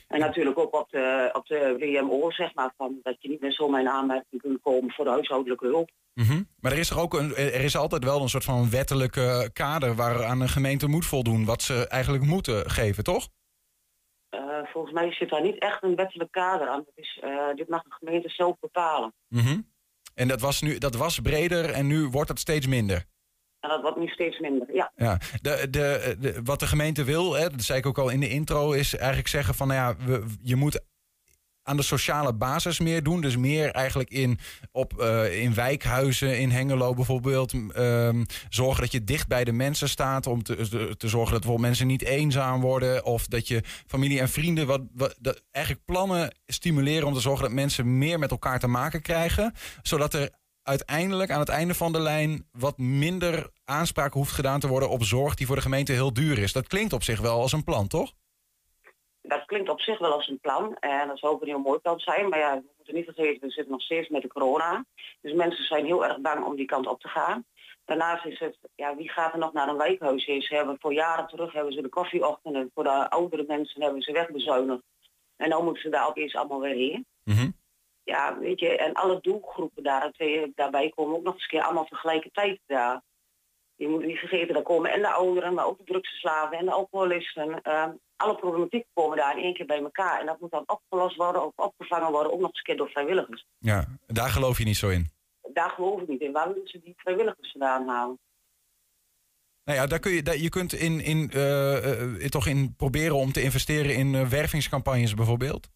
En natuurlijk ook op de, op de W M O, zeg maar, van dat je niet meer zomaar in aanmerking kunt komen voor de huishoudelijke hulp. Mm-hmm. Maar er is er ook een, er is altijd wel een soort van wettelijke kader waaraan een gemeente moet voldoen, wat ze eigenlijk moeten geven, toch? Uh, volgens mij zit daar niet echt een wettelijk kader aan. Dat is, uh, dit mag de gemeente zelf bepalen. Mm-hmm. En dat was, nu, dat was breder en nu wordt het steeds minder. En dat wordt nu steeds minder, ja. ja. De, de, de, wat de gemeente wil, hè, dat zei ik ook al in de intro, is eigenlijk zeggen van, nou ja, we, je moet aan de sociale basis meer doen. Dus meer eigenlijk in, op, uh, in wijkhuizen, in Hengelo bijvoorbeeld. Um, zorgen dat je dicht bij de mensen staat. Om te, te, te zorgen dat bijvoorbeeld mensen niet eenzaam worden. Of dat je familie en vrienden wat, wat dat eigenlijk plannen stimuleren om te zorgen dat mensen meer met elkaar te maken krijgen. Zodat er uiteindelijk aan het einde van de lijn wat minder aanspraak hoeft gedaan te worden op zorg die voor de gemeente heel duur is. Dat klinkt op zich wel als een plan, toch? Dat klinkt op zich wel als een plan. En dat zou ook een heel mooi plan zijn. Maar ja, we moeten niet vergeten, we zitten nog steeds met de corona. Dus mensen zijn heel erg bang om die kant op te gaan. Daarnaast is het, ja, wie gaat er nog naar een wijkhuis? Ze hebben voor jaren terug hebben ze de koffieochtenden. Voor de oudere mensen hebben ze wegbezuinigd. En dan moeten ze daar ook eens allemaal weer heen. Mm-hmm. Ja, weet je, en alle doelgroepen daar, daarbij komen ook nog eens keer allemaal tegelijkertijd daar. Je moet niet vergeten, daar komen en de ouderen, maar ook de drugsverslaven en de alcoholisten. Uh, alle problematiek komen daar in één keer bij elkaar. En dat moet dan opgelost worden of opgevangen worden, ook nog eens keer door vrijwilligers. Ja, daar geloof je niet zo in? Daar geloof ik niet in. Waar willen ze die vrijwilligers vandaan halen? Nou ja, daar kun je, daar, je kunt in, in, uh, uh, toch in proberen om te investeren in uh, wervingscampagnes bijvoorbeeld.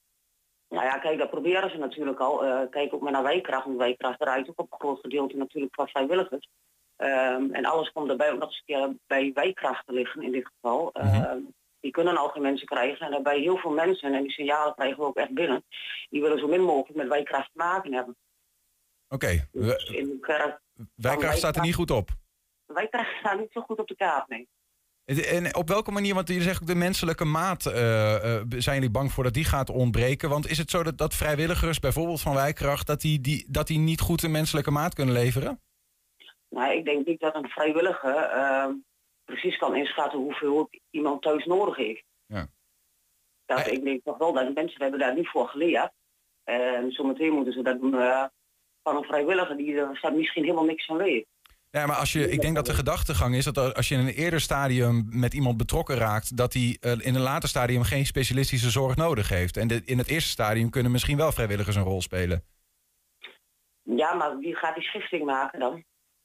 Nou ja, kijk, dat proberen ze natuurlijk al. Uh, kijk ook maar naar Wijkracht. Want Wijkracht draait ook op een groot gedeelte natuurlijk qua vrijwilligers. Um, en alles komt erbij ook nog eens een keer bij Wijkracht te liggen in dit geval. Mm-hmm. Uh, die kunnen al geen mensen krijgen. En daarbij heel veel mensen, en die signalen krijgen we ook echt binnen, die willen zo min mogelijk met Wijkracht te maken hebben. Oké. Okay. Dus in kerk, Wijkracht staat er niet goed op? Wijkracht staat niet zo goed op de kaart, nee. En op welke manier, want je zegt ook de menselijke maat, uh, uh, zijn jullie bang voor dat die gaat ontbreken? Want is het zo dat, dat vrijwilligers, bijvoorbeeld van Wijkracht, dat die, die, dat die niet goed de menselijke maat kunnen leveren? Nou, ik denk niet dat een vrijwilliger uh, precies kan inschatten hoeveel hulp iemand thuis nodig heeft. Ja. Dat, ik denk toch wel dat de mensen hebben daar niet voor geleerd. En zometeen moeten ze dat doen uh, van een vrijwilliger die er misschien helemaal niks van weet. Ja, maar als je, ik denk dat de gedachtegang is dat als je in een eerder stadium met iemand betrokken raakt, dat hij uh, in een later stadium geen specialistische zorg nodig heeft. En de, in het eerste stadium kunnen misschien wel vrijwilligers een rol spelen. Ja, maar wie gaat die schifting maken dan?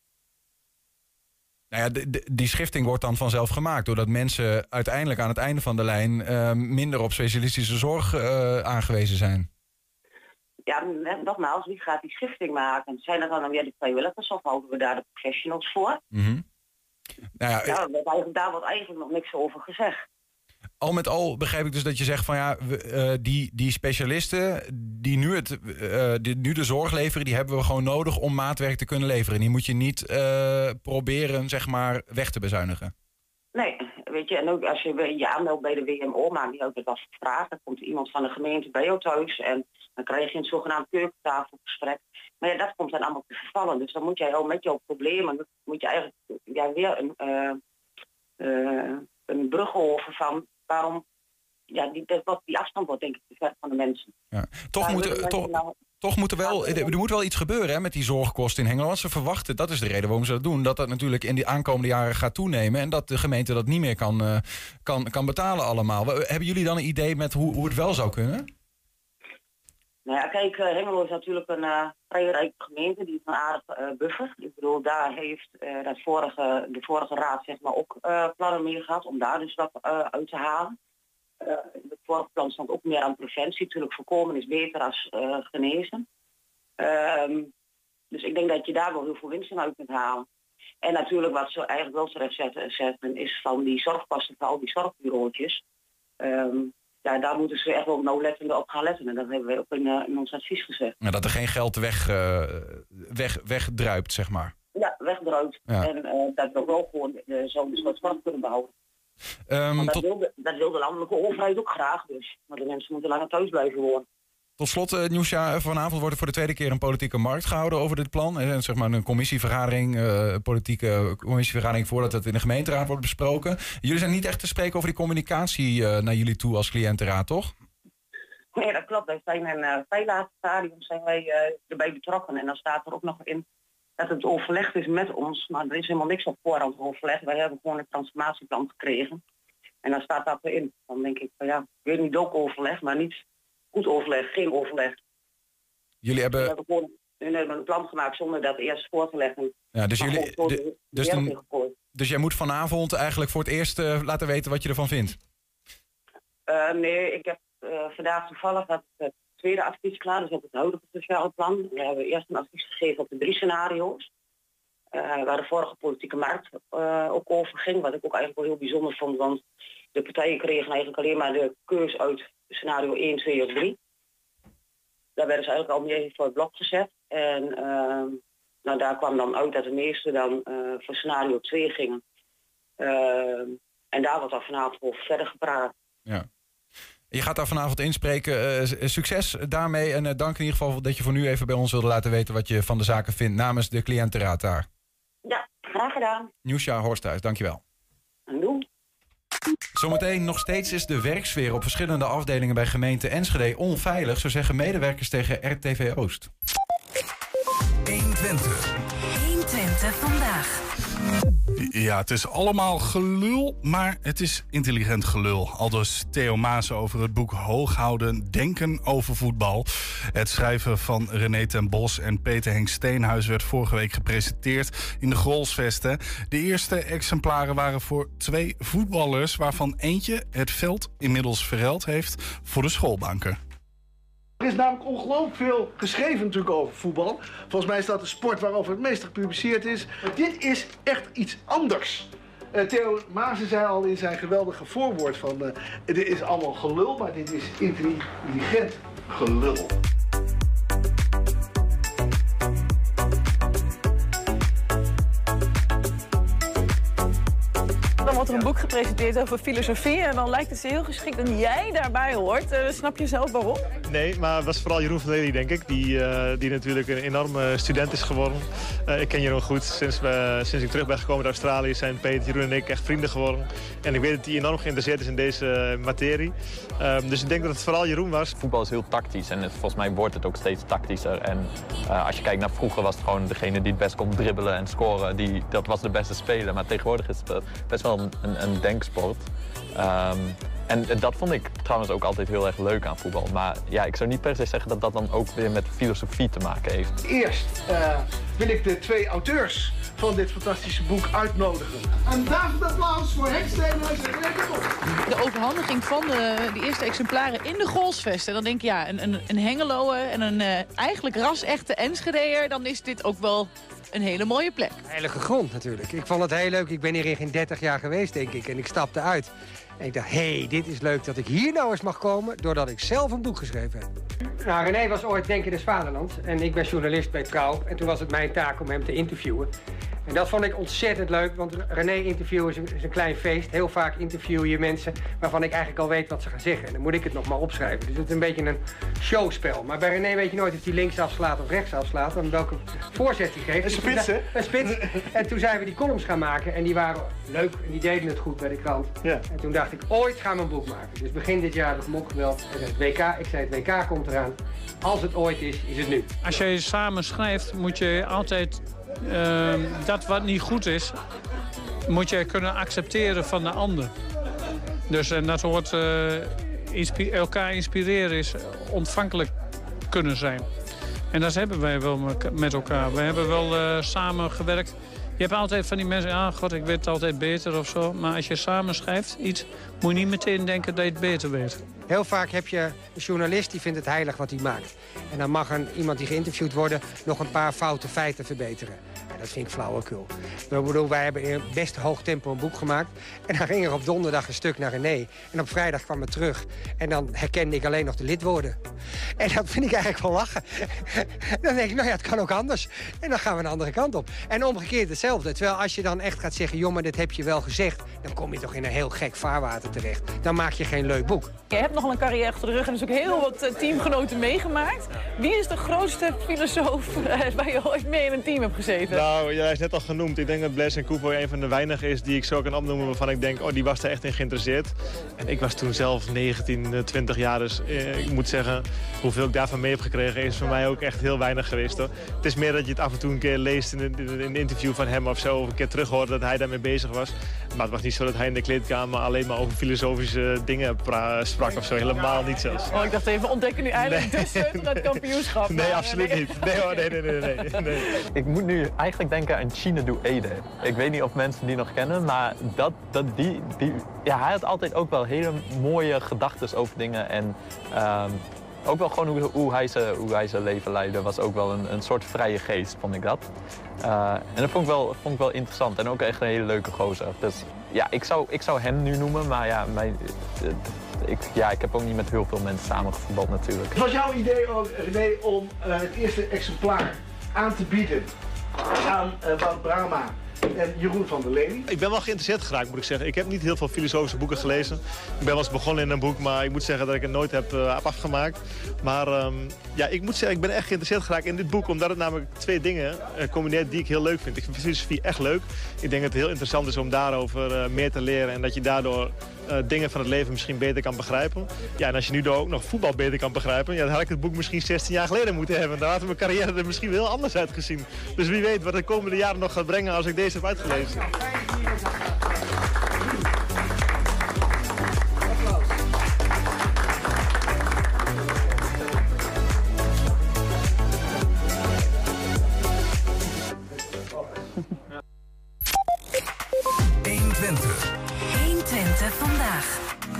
Nou ja, de, de, die schifting wordt dan vanzelf gemaakt doordat mensen uiteindelijk aan het einde van de lijn uh, minder op specialistische zorg uh, aangewezen zijn. Ja, nogmaals, wie gaat die schifting maken? Zijn er dan weer de vrijwilligers of houden we daar de professionals voor? Mm-hmm. Nou ja, ja, daar wordt eigenlijk nog niks over gezegd. Al met al begrijp ik dus dat je zegt van ja, we, uh, die, die specialisten die nu, het, uh, die nu de zorg leveren, die hebben we gewoon nodig om maatwerk te kunnen leveren. Die moet je niet uh, proberen, zeg maar, weg te bezuinigen. Nee, weet je, en ook als je je aanmeldt bij de W M O, maakt die ook dat als vraag, dan komt iemand van de gemeente bij jou thuis en dan krijg je een zogenaamd keukentafelgesprek. Maar ja, dat komt dan allemaal te vervallen. Dus dan moet jij al met jouw problemen, moet je eigenlijk ja, weer een, uh, uh, een brug over van waarom, ja, die, dat, die afstand wordt denk ik te ver van de mensen. Ja. Toch, moeten, toch, nou, toch moet er wel, er moet wel iets gebeuren hè, met die zorgkosten in Hengelo. Want ze verwachten, dat is de reden waarom ze dat doen, dat dat natuurlijk in die aankomende jaren gaat toenemen en dat de gemeente dat niet meer kan, uh, kan, kan betalen allemaal. Hebben jullie dan een idee met hoe, hoe het wel zou kunnen? Nou ja, kijk, uh, Hengelo is natuurlijk een uh, vrij rijke gemeente, die is een aardige uh, buffer. Ik bedoel, daar heeft uh, dat vorige, de vorige raad zeg maar ook uh, plannen mee gehad om daar dus wat uh, uit te halen. Uh, het vorige plan stond ook meer aan preventie. Natuurlijk, voorkomen is beter als uh, genezen. Uh, dus ik denk dat je daar wel heel veel winst uit kunt halen. En natuurlijk wat ze eigenlijk wel terecht zetten, zetten is van die zorgkosten voor al die zorgbureautjes. Um, Ja, daar moeten ze echt wel nauwlettend op gaan letten. En dat hebben wij ook in, uh, in ons advies gezegd. Ja, dat er geen geld weg, uh, weg, wegdruipt, zeg maar. Ja, wegdruipt. Ja. En uh, dat we wel gewoon uh, zo'n soort zorg kunnen behouden. Um, dat, tot... wil de, dat wil de landelijke overheid ook graag dus. Maar de mensen moeten langer thuis blijven wonen. Tot slot, uh, Njoesja, vanavond wordt er voor de tweede keer een politieke markt gehouden over dit plan. En zeg maar een commissievergadering, uh, politieke commissievergadering voordat het in de gemeenteraad wordt besproken. Jullie zijn niet echt te spreken over die communicatie uh, naar jullie toe als cliëntenraad, toch? Nee, dat klopt. Wij zijn in uh, twee laatste stadium zijn wij uh, erbij betrokken. En dan staat er ook nog in dat het overlegd is met ons. Maar er is helemaal niks op voorhand overleg. Wij hebben gewoon een transformatieplan gekregen. En dan staat dat erin. Dan denk ik van ja, ik weet niet ook overleg, maar niet goed overleg, geen overleg. Jullie hebben... We hebben gewoon we hebben een plan gemaakt zonder dat eerst voor te leggen. Ja, dus, jullie, de, de, dus, dan, dus jij moet vanavond eigenlijk voor het eerst uh, laten weten wat je ervan vindt? Uh, nee, ik heb uh, vandaag toevallig het, het tweede advies klaar, dus op het huidige sociale plan. We hebben eerst een advies gegeven op de drie scenario's. Uh, waar de vorige politieke markt uh, ook over ging. Wat ik ook eigenlijk wel heel bijzonder vond, want de partijen kregen eigenlijk alleen maar de keus uit scenario één, twee of drie. Daar werden ze eigenlijk al meer voor het blok gezet. En uh, nou, daar kwam dan uit dat de meesten dan uh, voor scenario twee gingen. Uh, en daar wordt dan vanavond over verder gepraat. Ja. Je gaat daar vanavond inspreken. Uh, succes daarmee en uh, dank in ieder geval dat je voor nu even bij ons wilde laten weten wat je van de zaken vindt namens de cliëntenraad daar. Ja, graag gedaan. Njoesja Horsthuis, dankjewel. En doe. Zometeen nog steeds is de werksfeer op verschillende afdelingen bij gemeente Enschede onveilig, zo zeggen medewerkers tegen R T V Oost. honderdtwintig. honderdtwintig vandaag. Ja, het is allemaal gelul, maar het is intelligent gelul. Aldus Theo Maas over het boek Hooghouden, Denken over voetbal. Het schrijven van René ten Bos en Peter Henk Steenhuis werd vorige week gepresenteerd in de Grolsvesten. De eerste exemplaren waren voor twee voetballers, waarvan eentje het veld inmiddels verruild heeft voor de schoolbanken. Er is namelijk ongelooflijk veel geschreven natuurlijk over voetbal. Volgens mij is dat de sport waarover het meest gepubliceerd is. Maar dit is echt iets anders. Uh, Theo Maassen zei al in zijn geweldige voorwoord van... Uh, dit is allemaal gelul, maar dit is intelligent gelul. Dan wordt er een boek gepresenteerd over filosofie en dan lijkt het ze heel geschikt dat jij daarbij hoort. Uh, snap je zelf waarom? Nee, maar het was vooral Jeroen van Lely, denk ik, die, uh, die natuurlijk een enorme student is geworden. Uh, ik ken Jeroen goed. Sinds, we, sinds ik terug ben gekomen uit Australië zijn Peter, Jeroen en ik echt vrienden geworden. En ik weet dat hij enorm geïnteresseerd is in deze materie. Uh, dus ik denk dat het vooral Jeroen was. Voetbal is heel tactisch en het, volgens mij wordt het ook steeds tactischer. En uh, als je kijkt naar vroeger was het gewoon degene die het best kon dribbelen en scoren. Die, dat was de beste speler. Maar tegenwoordig is het best wel een, een, een denksport. Um, en dat vond ik trouwens ook altijd heel erg leuk aan voetbal. Maar ja, ik zou niet per se zeggen dat dat dan ook weer met filosofie te maken heeft. Eerst uh, wil ik de twee auteurs van dit fantastische boek uitnodigen. Een daverend applaus voor Henk Steenhuis en René ten Bos. De overhandiging van de, de eerste exemplaren in de Grolsvesten. Dan denk je, ja, een, een, een Hengeloer en een uh, eigenlijk ras-echte Enschedeër. Dan is dit ook wel een hele mooie plek. Heilige grond natuurlijk. Ik vond het heel leuk. Ik ben hier geen dertig jaar geweest, denk ik. En ik stapte uit. En ik dacht, hé, hey, dit is leuk dat ik hier nou eens mag komen... doordat ik zelf een boek geschreven heb. Nou, René was ooit Denker des Vaderlands. En ik ben journalist bij Trouw. En toen was het mijn taak om hem te interviewen. En dat vond ik ontzettend leuk, want René interviewen is een, is een klein feest. Heel vaak interview je mensen waarvan ik eigenlijk al weet wat ze gaan zeggen. En dan moet ik het nog maar opschrijven. Dus het is een beetje een showspel. Maar bij René weet je nooit of hij links afslaat of rechts afslaat. En welke voorzet hij geeft. Een spits, hè? Een spits. En toen zijn we die columns gaan maken. En die waren leuk en die deden het goed bij de krant. Ja. En toen dacht ik, ooit gaan we een boek maken. Dus begin dit jaar heb ik hem opgebeld. En het W K, ik zei het W K komt eraan. Als het ooit is, is het nu. Als je samen schrijft, moet je altijd... Uh, dat wat niet goed is, moet je kunnen accepteren van de ander. Dus en dat hoort uh, inspi- elkaar inspireren is ontvankelijk kunnen zijn. En dat hebben wij wel met elkaar. We hebben wel uh, samen gewerkt. Je hebt altijd van die mensen, ah god, ik weet het altijd beter of zo. Maar als je samen schrijft iets, moet je niet meteen denken dat je het beter weet. Heel vaak heb je een journalist die vindt het heilig wat hij maakt. En dan mag een, iemand die geïnterviewd wordt nog een paar foute feiten verbeteren. En dat vind ik flauwekul. Ik bedoel, wij hebben in best hoog tempo een boek gemaakt. En dan ging er op donderdag een stuk naar René. En op vrijdag kwam het terug. En dan herkende ik alleen nog de lidwoorden. En dat vind ik eigenlijk wel lachen. Dan denk ik, nou ja, het kan ook anders. En dan gaan we een andere kant op. En omgekeerd hetzelfde. Terwijl als je dan echt gaat zeggen, joh, maar dit heb je wel gezegd, dan kom je toch in een heel gek vaarwater terecht. Dan maak je geen leuk boek. Je hebt nogal een carrière achter de rug en dus ook heel wat uh, teamgenoten meegemaakt. Wie is de grootste filosoof uh, waar je ooit mee in een team hebt gezeten? Nou, jij is net al genoemd. Ik denk dat Blaise Nkoufo een van de weinigen is die ik zo kan opnoemen waarvan ik denk, oh, die was er echt in geïnteresseerd. En ik was toen zelf negentien, twintig jaar, dus eh, ik moet zeggen, hoeveel ik daarvan mee heb gekregen is voor mij ook echt heel weinig geweest, hoor. Het is meer dat je het af en toe een keer leest in een, in een interview van hem of zo, of een keer terug hoort dat hij daarmee bezig was. Maar het was niet zo dat hij in de kleedkamer alleen maar over filosofische dingen sprak of zo. Helemaal niet zelfs. Oh, ik dacht even, ontdekken nu eindelijk nee. de sleutel naar het kampioenschap. Nee, maar, absoluut nee. niet. Nee, hoor, nee, nee, nee, nee, nee. Ik moet nu eigenlijk denken aan Chinedu Ede. Ik weet niet of mensen die nog kennen, maar dat, dat die, die, ja, hij had altijd ook wel hele mooie gedachten over dingen. En um, ook wel gewoon hoe, hoe, hij zijn, hoe hij zijn leven leidde was ook wel een, een soort vrije geest, vond ik dat. Uh, en dat vond ik, wel, vond ik wel interessant en ook echt een hele leuke gozer. Dus ja, ik zou, ik zou hem nu noemen, maar ja, mijn, ik, ja, ik heb ook niet met heel veel mensen samengevoetbald natuurlijk. Het was jouw idee, René, om uh, het eerste exemplaar aan te bieden aan uh, Wout Brama en Jeroen van der Lely. Ik ben wel geïnteresseerd geraakt, moet ik zeggen. Ik heb niet heel veel filosofische boeken gelezen. Ik ben wel eens begonnen in een boek, maar ik moet zeggen dat ik het nooit heb, uh, heb afgemaakt. Maar um, ja, ik moet zeggen, ik ben echt geïnteresseerd geraakt in dit boek, omdat het namelijk twee dingen uh, combineert die ik heel leuk vind. Ik vind filosofie echt leuk. Ik denk dat het heel interessant is om daarover uh, meer te leren en dat je daardoor uh, dingen van het leven misschien beter kan begrijpen. Ja, en als je nu ook nog voetbal beter kan begrijpen, ja, dan had ik het boek misschien zestien jaar geleden moeten hebben. Dan had mijn carrière er misschien wel heel anders uitgezien. Dus wie weet wat de komende jaren nog gaat brengen als ik deze heb uitgelezen. honderdtwintig. honderdtwintig vandaag.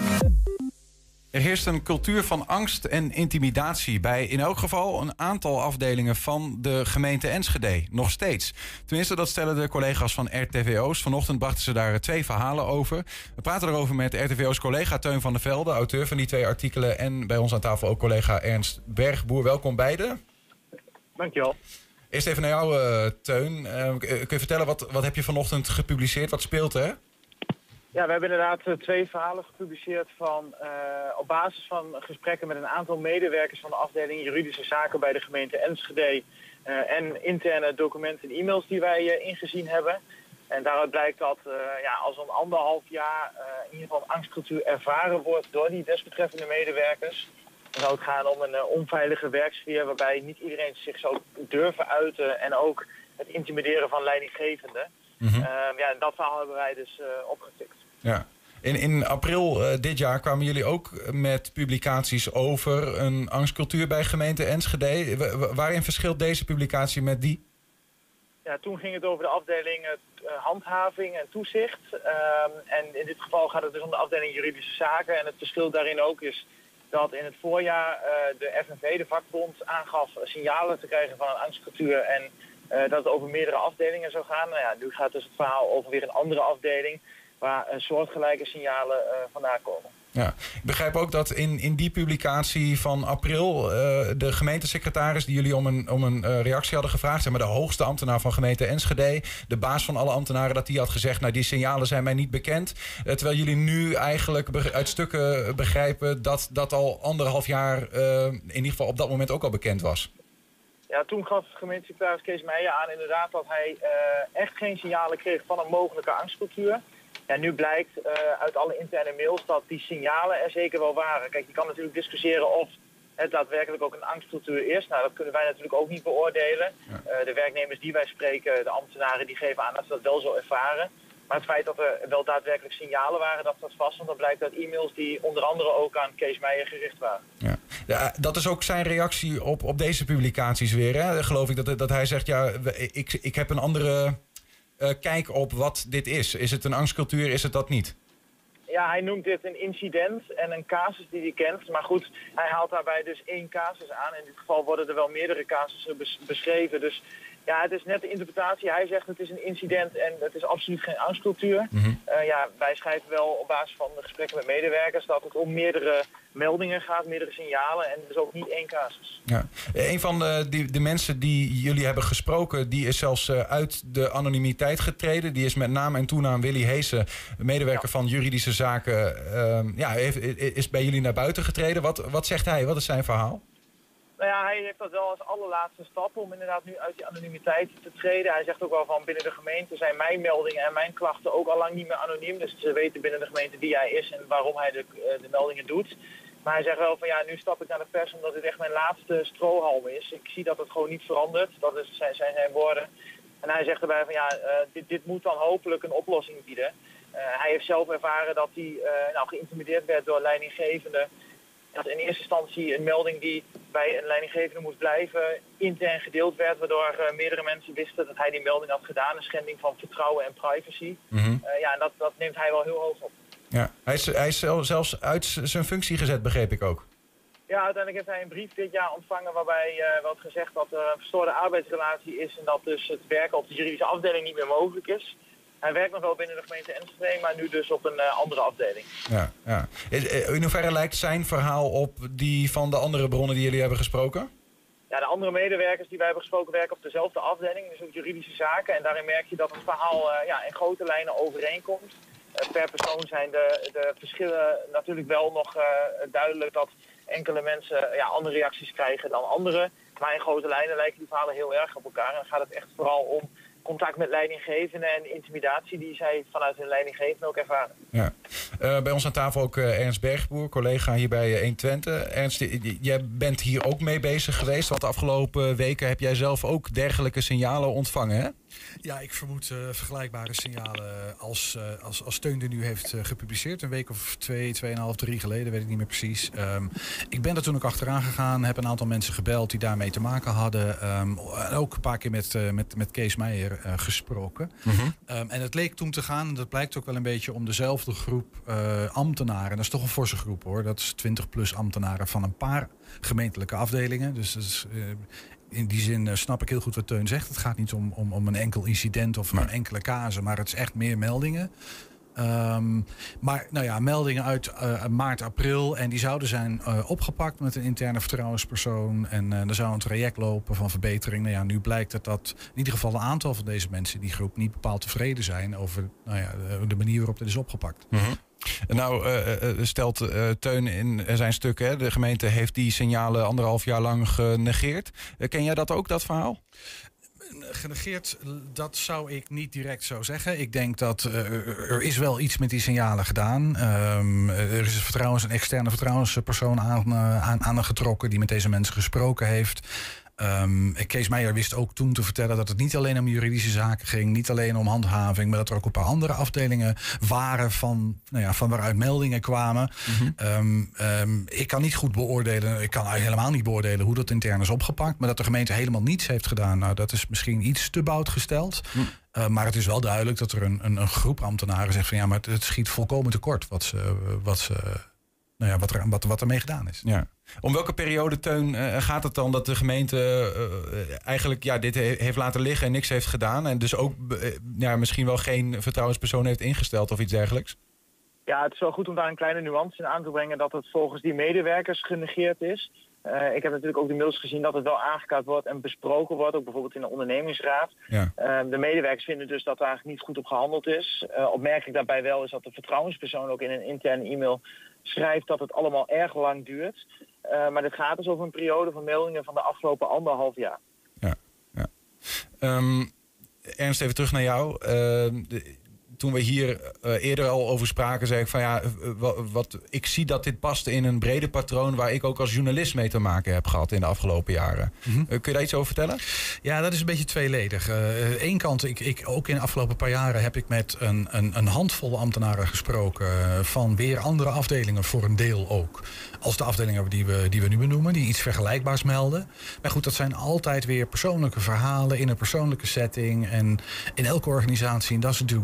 Er heerst een cultuur van angst en intimidatie bij in elk geval een aantal afdelingen van de gemeente Enschede. Nog steeds. Tenminste, dat stellen de collega's van R T V Oost. Vanochtend brachten ze daar twee verhalen over. We praten erover met R T V Oost collega Teun van der Velde, auteur van die twee artikelen. En bij ons aan tafel ook collega Ernst Bergboer. Welkom beiden. Dankjewel. Eerst even naar jou, uh, Teun. Uh, kun je vertellen, wat, wat heb je vanochtend gepubliceerd? Wat speelt er? Ja, we hebben inderdaad uh, twee verhalen gepubliceerd van, uh, op basis van gesprekken met een aantal medewerkers van de afdeling juridische zaken bij de gemeente Enschede uh, en interne documenten en e-mails die wij uh, ingezien hebben. En daaruit blijkt dat uh, ja, als een anderhalf jaar uh, in ieder geval angstcultuur ervaren wordt door die desbetreffende medewerkers. Dan zou het gaan om een uh, onveilige werksfeer waarbij niet iedereen zich zou durven uiten en ook het intimideren van leidinggevenden. Mm-hmm. Uh, ja, en dat verhaal hebben wij dus uh, opgetikt. Ja. In, in april uh, dit jaar kwamen jullie ook met publicaties over een angstcultuur bij gemeente Enschede. W- waarin verschilt deze publicatie met die? Ja, toen ging het over de afdeling uh, handhaving en toezicht. Um, en in dit geval gaat het dus om de afdeling juridische zaken. En het verschil daarin ook is dat in het voorjaar uh, de F N V, de vakbond, aangaf signalen te krijgen van een angstcultuur en uh, dat het over meerdere afdelingen zou gaan. Nou ja, nu gaat dus het verhaal over weer een andere afdeling waar uh, soortgelijke signalen uh, vandaan komen. Ja, ik begrijp ook dat in, in die publicatie van april uh, de gemeentesecretaris die jullie om een, om een uh, reactie hadden gevraagd, zeg maar de hoogste ambtenaar van gemeente Enschede, de baas van alle ambtenaren, dat die had gezegd, nou die signalen zijn mij niet bekend. Uh, terwijl jullie nu eigenlijk be- uit stukken begrijpen dat dat al anderhalf jaar uh, in ieder geval op dat moment ook al bekend was. Ja, toen gaf gemeentesecretaris Kees Meijer aan inderdaad dat hij uh, echt geen signalen kreeg van een mogelijke angstcultuur. Ja, nu blijkt uh, uit alle interne mails dat die signalen er zeker wel waren. Kijk, je kan natuurlijk discussiëren of het daadwerkelijk ook een angstcultuur is. Nou, dat kunnen wij natuurlijk ook niet beoordelen. Uh, de werknemers die wij spreken, de ambtenaren, die geven aan dat ze dat wel zo ervaren. Maar het feit dat er wel daadwerkelijk signalen waren, dat staat vast. Want dat blijkt uit e-mails die onder andere ook aan Kees Meijer gericht waren. Ja. Ja, dat is ook zijn reactie op, op deze publicaties weer. Hè? Geloof ik dat, dat hij zegt, ja, ik, ik heb een andere uh, kijk op wat dit is. Is het een angstcultuur, is het dat niet? Ja, hij noemt dit een incident en een casus die hij kent. Maar goed, hij haalt daarbij dus één casus aan. In dit geval worden er wel meerdere casussen bes- beschreven. Dus ja, het is net de interpretatie. Hij zegt het is een incident en het is absoluut geen angstcultuur. Mm-hmm. Uh, ja, wij schrijven wel op basis van de gesprekken met medewerkers dat het om meerdere meldingen gaat, meerdere signalen en dus ook niet één casus. Ja. Een van de, die, de mensen die jullie hebben gesproken, die is zelfs uh, uit de anonimiteit getreden. Die is met naam en toenaam Willy Heesen, medewerker ja. van juridische zaken, uh, ja, heeft, is bij jullie naar buiten getreden. Wat, wat zegt hij? Wat is zijn verhaal? Nou ja, hij heeft dat wel als allerlaatste stap om inderdaad nu uit die anonimiteit te treden. Hij zegt ook wel van binnen de gemeente zijn mijn meldingen en mijn klachten ook al lang niet meer anoniem. Dus ze weten binnen de gemeente wie hij is en waarom hij de, de meldingen doet. Maar hij zegt wel van ja, nu stap ik naar de pers omdat dit echt mijn laatste strohalm is. Ik zie dat het gewoon niet verandert. Dat is zijn, zijn, zijn woorden. En hij zegt erbij van ja, uh, dit, dit moet dan hopelijk een oplossing bieden. Uh, hij heeft zelf ervaren dat hij uh, nou, geïntimideerd werd door leidinggevenden. Dat in eerste instantie een melding die bij een leidinggevende moest blijven intern gedeeld werd, waardoor uh, meerdere mensen wisten dat hij die melding had gedaan. Een schending van vertrouwen en privacy. Mm-hmm. Uh, ja, en dat, dat neemt hij wel heel hoog op. Ja, hij is, hij is zelfs uit zijn functie gezet, begreep ik ook. Ja, uiteindelijk heeft hij een brief dit jaar ontvangen waarbij uh, wordt gezegd dat er een verstoorde arbeidsrelatie is en dat dus het werken op de juridische afdeling niet meer mogelijk is. Hij werkt nog wel binnen de gemeente Enschede, maar nu dus op een uh, andere afdeling. Ja, ja. In hoeverre lijkt zijn verhaal op die van de andere bronnen die jullie hebben gesproken? Ja, de andere medewerkers die wij hebben gesproken werken op dezelfde afdeling, dus ook juridische zaken. En daarin merk je dat het verhaal uh, ja, in grote lijnen overeenkomt. Uh, per persoon zijn de, de verschillen natuurlijk wel nog uh, duidelijk dat enkele mensen uh, ja, andere reacties krijgen dan anderen. Maar in grote lijnen lijken die verhalen heel erg op elkaar. En dan gaat het echt vooral om contact met leidinggevenden en intimidatie die zij vanuit hun leidinggevenden ook ervaren. Ja. Uh, bij ons aan tafel ook uh, Ernst Bergboer, collega hier bij uh, honderdtwintig. Ernst, j- jij bent hier ook mee bezig geweest, want de afgelopen weken heb jij zelf ook dergelijke signalen ontvangen, hè? Ja, ik vermoed uh, vergelijkbare signalen als, uh, als, als Teun die nu heeft uh, gepubliceerd. Een week of twee, tweeënhalf, drie geleden, weet ik niet meer precies. Um, ik ben er toen ook achteraan gegaan, heb een aantal mensen gebeld die daarmee te maken hadden. Um, ook een paar keer met, uh, met, met Kees Meijer uh, gesproken. Mm-hmm. Um, en het leek toen te gaan, en dat blijkt ook wel een beetje om dezelfde groep uh, ambtenaren. Dat is toch een forse groep hoor. Dat is twintig plus ambtenaren van een paar gemeentelijke afdelingen. Dus dat is... Uh, In die zin uh, snap ik heel goed wat Teun zegt. Het gaat niet om, om, om een enkel incident of een enkele casus, maar het is echt meer meldingen. Um, maar nou ja, meldingen uit uh, maart, april. En die zouden zijn uh, opgepakt met een interne vertrouwenspersoon. En uh, er zou een traject lopen van verbetering. Nou ja, nu blijkt het dat in ieder geval een aantal van deze mensen in die groep niet bepaald tevreden zijn over nou ja, de, de manier waarop dit is opgepakt. Mm-hmm. Nou, uh, uh, stelt uh, Teun in zijn stuk, hè, de gemeente heeft die signalen anderhalf jaar lang genegeerd. Uh, ken jij dat ook, dat verhaal? Genegeerd, dat zou ik niet direct zo zeggen. Ik denk dat uh, er is wel iets met die signalen gedaan. Um, er is vertrouwens, een externe vertrouwenspersoon aan, uh, aan, aan getrokken die met deze mensen gesproken heeft. Um, Kees Meijer wist ook toen te vertellen dat het niet alleen om juridische zaken ging, niet alleen om handhaving, maar dat er ook een paar andere afdelingen waren van, nou ja, van waaruit meldingen kwamen. Mm-hmm. Um, um, ik kan niet goed beoordelen, ik kan helemaal niet beoordelen hoe dat intern is opgepakt, maar dat de gemeente helemaal niets heeft gedaan, nou, dat is misschien iets te bout gesteld. Mm. Uh, maar het is wel duidelijk dat er een, een, een groep ambtenaren zegt van ja, maar het, het schiet volkomen tekort wat ze, wat ze, nou ja, wat er, wat, wat ermee gedaan is. Ja. Om welke periode, Teun, uh, gaat het dan dat de gemeente uh, eigenlijk ja, dit he- heeft laten liggen en niks heeft gedaan? En dus ook uh, ja, misschien wel geen vertrouwenspersoon heeft ingesteld of iets dergelijks? Ja, het is wel goed om daar een kleine nuance in aan te brengen dat het volgens die medewerkers genegeerd is. Uh, ik heb natuurlijk ook de mails gezien dat het wel aangekaart wordt en besproken wordt, ook bijvoorbeeld in de ondernemingsraad. Ja. Uh, de medewerkers vinden dus dat er eigenlijk niet goed op gehandeld is. Uh, opmerkelijk daarbij wel is dat de vertrouwenspersoon ook in een interne e-mail schrijft dat het allemaal erg lang duurt. Uh, maar dit gaat dus over een periode van meldingen van de afgelopen anderhalf jaar. Ja, ja. Um, Ernst, even terug naar jou. Uh, de, toen we hier uh, eerder al over spraken, zei ik van ja, wat, wat, ik zie dat dit past in een breder patroon waar ik ook als journalist mee te maken heb gehad in de afgelopen jaren. Mm-hmm. Uh, kun je daar iets over vertellen? Ja, dat is een beetje tweeledig. Eén uh, kant, ik, ik, ook in de afgelopen paar jaren heb ik met een, een, een handvol ambtenaren gesproken uh, van weer andere afdelingen voor een deel ook. Als de afdelingen die we, die we nu benoemen, die iets vergelijkbaars melden. Maar goed, dat zijn altijd weer persoonlijke verhalen in een persoonlijke setting. En in elke organisatie, en dat is natuurlijk waar, daar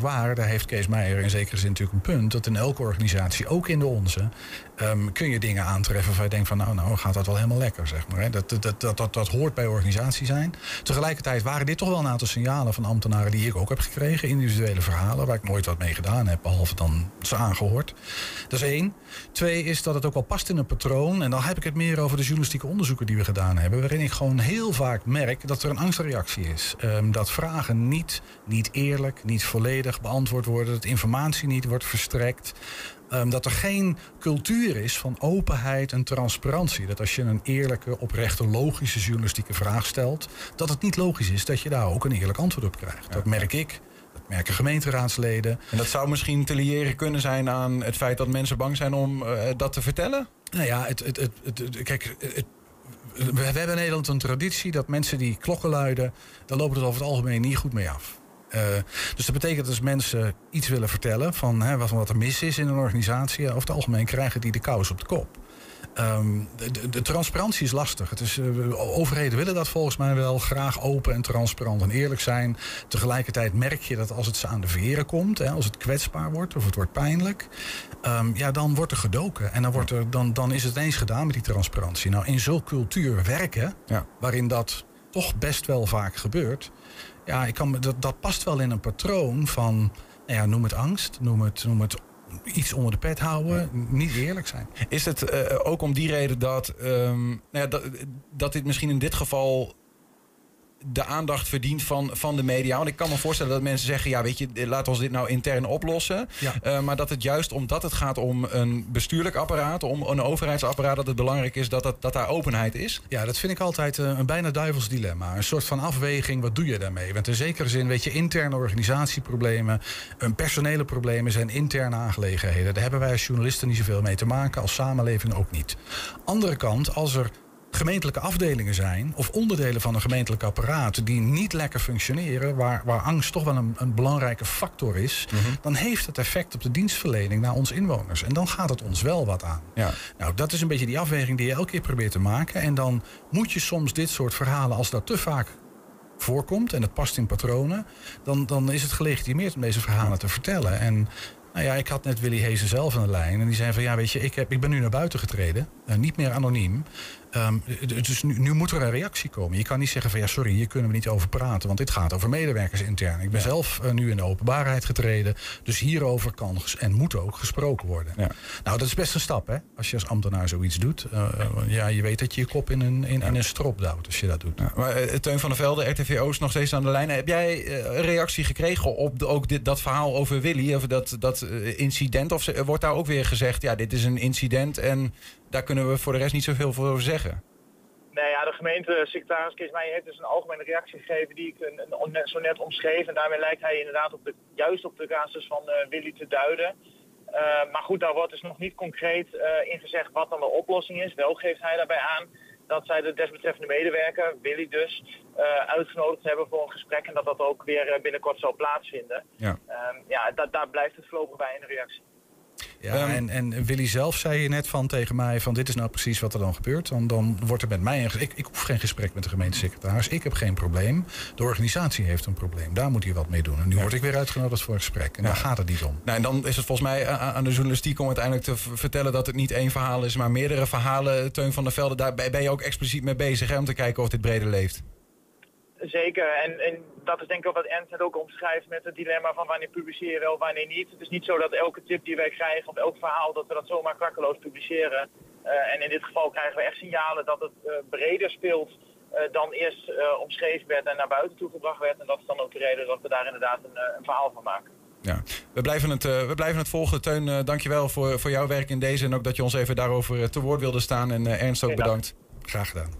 heeft Kees Meijer in zekere zin natuurlijk een punt. Dat in elke organisatie, ook in de onze, um, kun je dingen aantreffen waar je denkt van nou, nou gaat dat wel helemaal lekker, zeg maar. Hè. Dat, dat, dat, dat, dat hoort bij organisatie zijn. Tegelijkertijd waren dit toch wel een aantal signalen van ambtenaren die ik ook heb gekregen. Individuele verhalen waar ik nooit wat mee gedaan heb, behalve dan ze aangehoord. Dat is één. Twee is dat het ook wel past in een patroon. En dan heb ik het meer over de journalistieke onderzoeken die we gedaan hebben. Waarin ik gewoon heel vaak merk dat er een angstreactie is. Um, dat vragen niet, niet eerlijk, niet volledig beantwoord worden. Dat informatie niet wordt verstrekt. Um, dat er geen cultuur is van openheid en transparantie. Dat als je een eerlijke, oprechte, logische journalistieke vraag stelt, dat het niet logisch is dat je daar ook een eerlijk antwoord op krijgt. Ja. Dat merk ik. Dat merken gemeenteraadsleden. En dat zou misschien te liëren kunnen zijn aan het feit dat mensen bang zijn om uh, dat te vertellen? Nou ja, het, het, het, het, het, kijk, het, we hebben in Nederland een traditie dat mensen die klokken luiden, daar lopen het over het algemeen niet goed mee af. Uh, dus dat betekent dat als mensen iets willen vertellen van hè, wat, wat er mis is in een organisatie, over het algemeen krijgen die de kous op de kop. Um, de, de, de transparantie is lastig. Het is, uh, overheden willen dat volgens mij wel graag open en transparant en eerlijk zijn. Tegelijkertijd merk je dat als het ze aan de veren komt, hè, als het kwetsbaar wordt of het wordt pijnlijk, um, ja, dan wordt er gedoken. En dan, wordt er, dan, dan is het ineens gedaan met die transparantie. Nou, in zo'n cultuur werken, ja. waarin dat toch best wel vaak gebeurt, ja, ik kan, dat, dat past wel in een patroon van, nou ja, noem het angst, noem het, noem het iets onder de pet houden, niet eerlijk zijn. Is het uh, ook om die reden dat, um, nou ja, dat, dat dit misschien in dit geval de aandacht verdient van, van de media? Want ik kan me voorstellen dat mensen zeggen, ja, weet je, laten we ons dit nou intern oplossen. Ja. Uh, maar dat het juist omdat het gaat om een bestuurlijk apparaat, om een overheidsapparaat, dat het belangrijk is dat, dat, dat daar openheid is? Ja, dat vind ik altijd uh, een bijna duivels dilemma. Een soort van afweging, wat doe je daarmee? Want in zekere zin, weet je, interne organisatieproblemen, een personele problemen zijn interne aangelegenheden. Daar hebben wij als journalisten niet zoveel mee te maken, als samenleving ook niet. Andere kant, als er gemeentelijke afdelingen zijn of onderdelen van een gemeentelijk apparaat die niet lekker functioneren, waar, waar angst toch wel een, een belangrijke factor is, mm-hmm. dan heeft het effect op de dienstverlening naar ons inwoners. En dan gaat het ons wel wat aan. Ja. Nou, dat is een beetje die afweging die je elke keer probeert te maken. En dan moet je soms dit soort verhalen, als dat te vaak voorkomt en het past in patronen, dan, dan is het gelegitimeerd om deze verhalen te vertellen. En nou ja, ik had net Willy Heesen zelf aan de lijn en die zei van ja, weet je, ik, heb, ik ben nu naar buiten getreden, uh, niet meer anoniem. Um, dus nu, nu moet er een reactie komen. Je kan niet zeggen van ja, sorry, hier kunnen we niet over praten, want dit gaat over medewerkers intern. Ik ben ja. zelf uh, nu in de openbaarheid getreden, dus hierover kan en moet ook gesproken worden. Ja. Nou, dat is best een stap, hè, als je als ambtenaar zoiets doet. Uh, uh, ja, je weet dat je je kop in een, in, ja. in een strop duwt als je dat doet. Ja, maar uh, Teun van der Velde, R T V O is nog steeds aan de lijn. Heb jij uh, een reactie gekregen op de, ook dit, dat verhaal over Willy, over dat, dat uh, incident? Of uh, wordt daar ook weer gezegd, ja, dit is een incident en daar kunnen we voor de rest niet zoveel voor over zeggen? Nee, ja, de gemeentesecretaris Kees Meijer heeft dus een algemene reactie gegeven die ik een, een, zo net omschreef. En daarmee lijkt hij inderdaad op de, juist op de casus van uh, Willy te duiden. Uh, maar goed, daar wordt dus nog niet concreet uh, in gezegd wat dan de oplossing is. Wel geeft hij daarbij aan dat zij de desbetreffende medewerker, Willy dus, uh, uitgenodigd hebben voor een gesprek. En dat dat ook weer uh, binnenkort zal plaatsvinden. Ja, um, ja da, daar blijft het voorlopig bij in de reactie. Ja, um, en, en Willy zelf zei je net van tegen mij van dit is nou precies wat er dan gebeurt. Dan, dan wordt er met mij een, ik, ik hoef geen gesprek met de gemeentesecretaris. Ik heb geen probleem. De organisatie heeft een probleem. Daar moet hij wat mee doen. En nu ja. word ik weer uitgenodigd voor een gesprek. En ja. daar gaat het niet om. Nou, en dan is het volgens mij aan de journalistiek om uiteindelijk te v- vertellen dat het niet één verhaal is, maar meerdere verhalen. Teun van der Velde, daar ben je ook expliciet mee bezig, hè, om te kijken of dit breder leeft. Zeker, en, en dat is denk ik ook wat Ernst net ook omschrijft met het dilemma van wanneer publiceer je wel, wanneer niet. Het is niet zo dat elke tip die wij krijgen of elk verhaal, dat we dat zomaar kwakkeloos publiceren. Uh, en in dit geval krijgen we echt signalen dat het uh, breder speelt uh, dan eerst uh, omschreven werd en naar buiten toe gebracht werd. En dat is dan ook de reden dat we daar inderdaad een, uh, een verhaal van maken. Ja, we blijven het, uh, we blijven het volgen. Teun, uh, dankjewel voor, voor jouw werk in deze en ook dat je ons even daarover uh, te woord wilde staan. En uh, Ernst ook bedankt. Graag gedaan.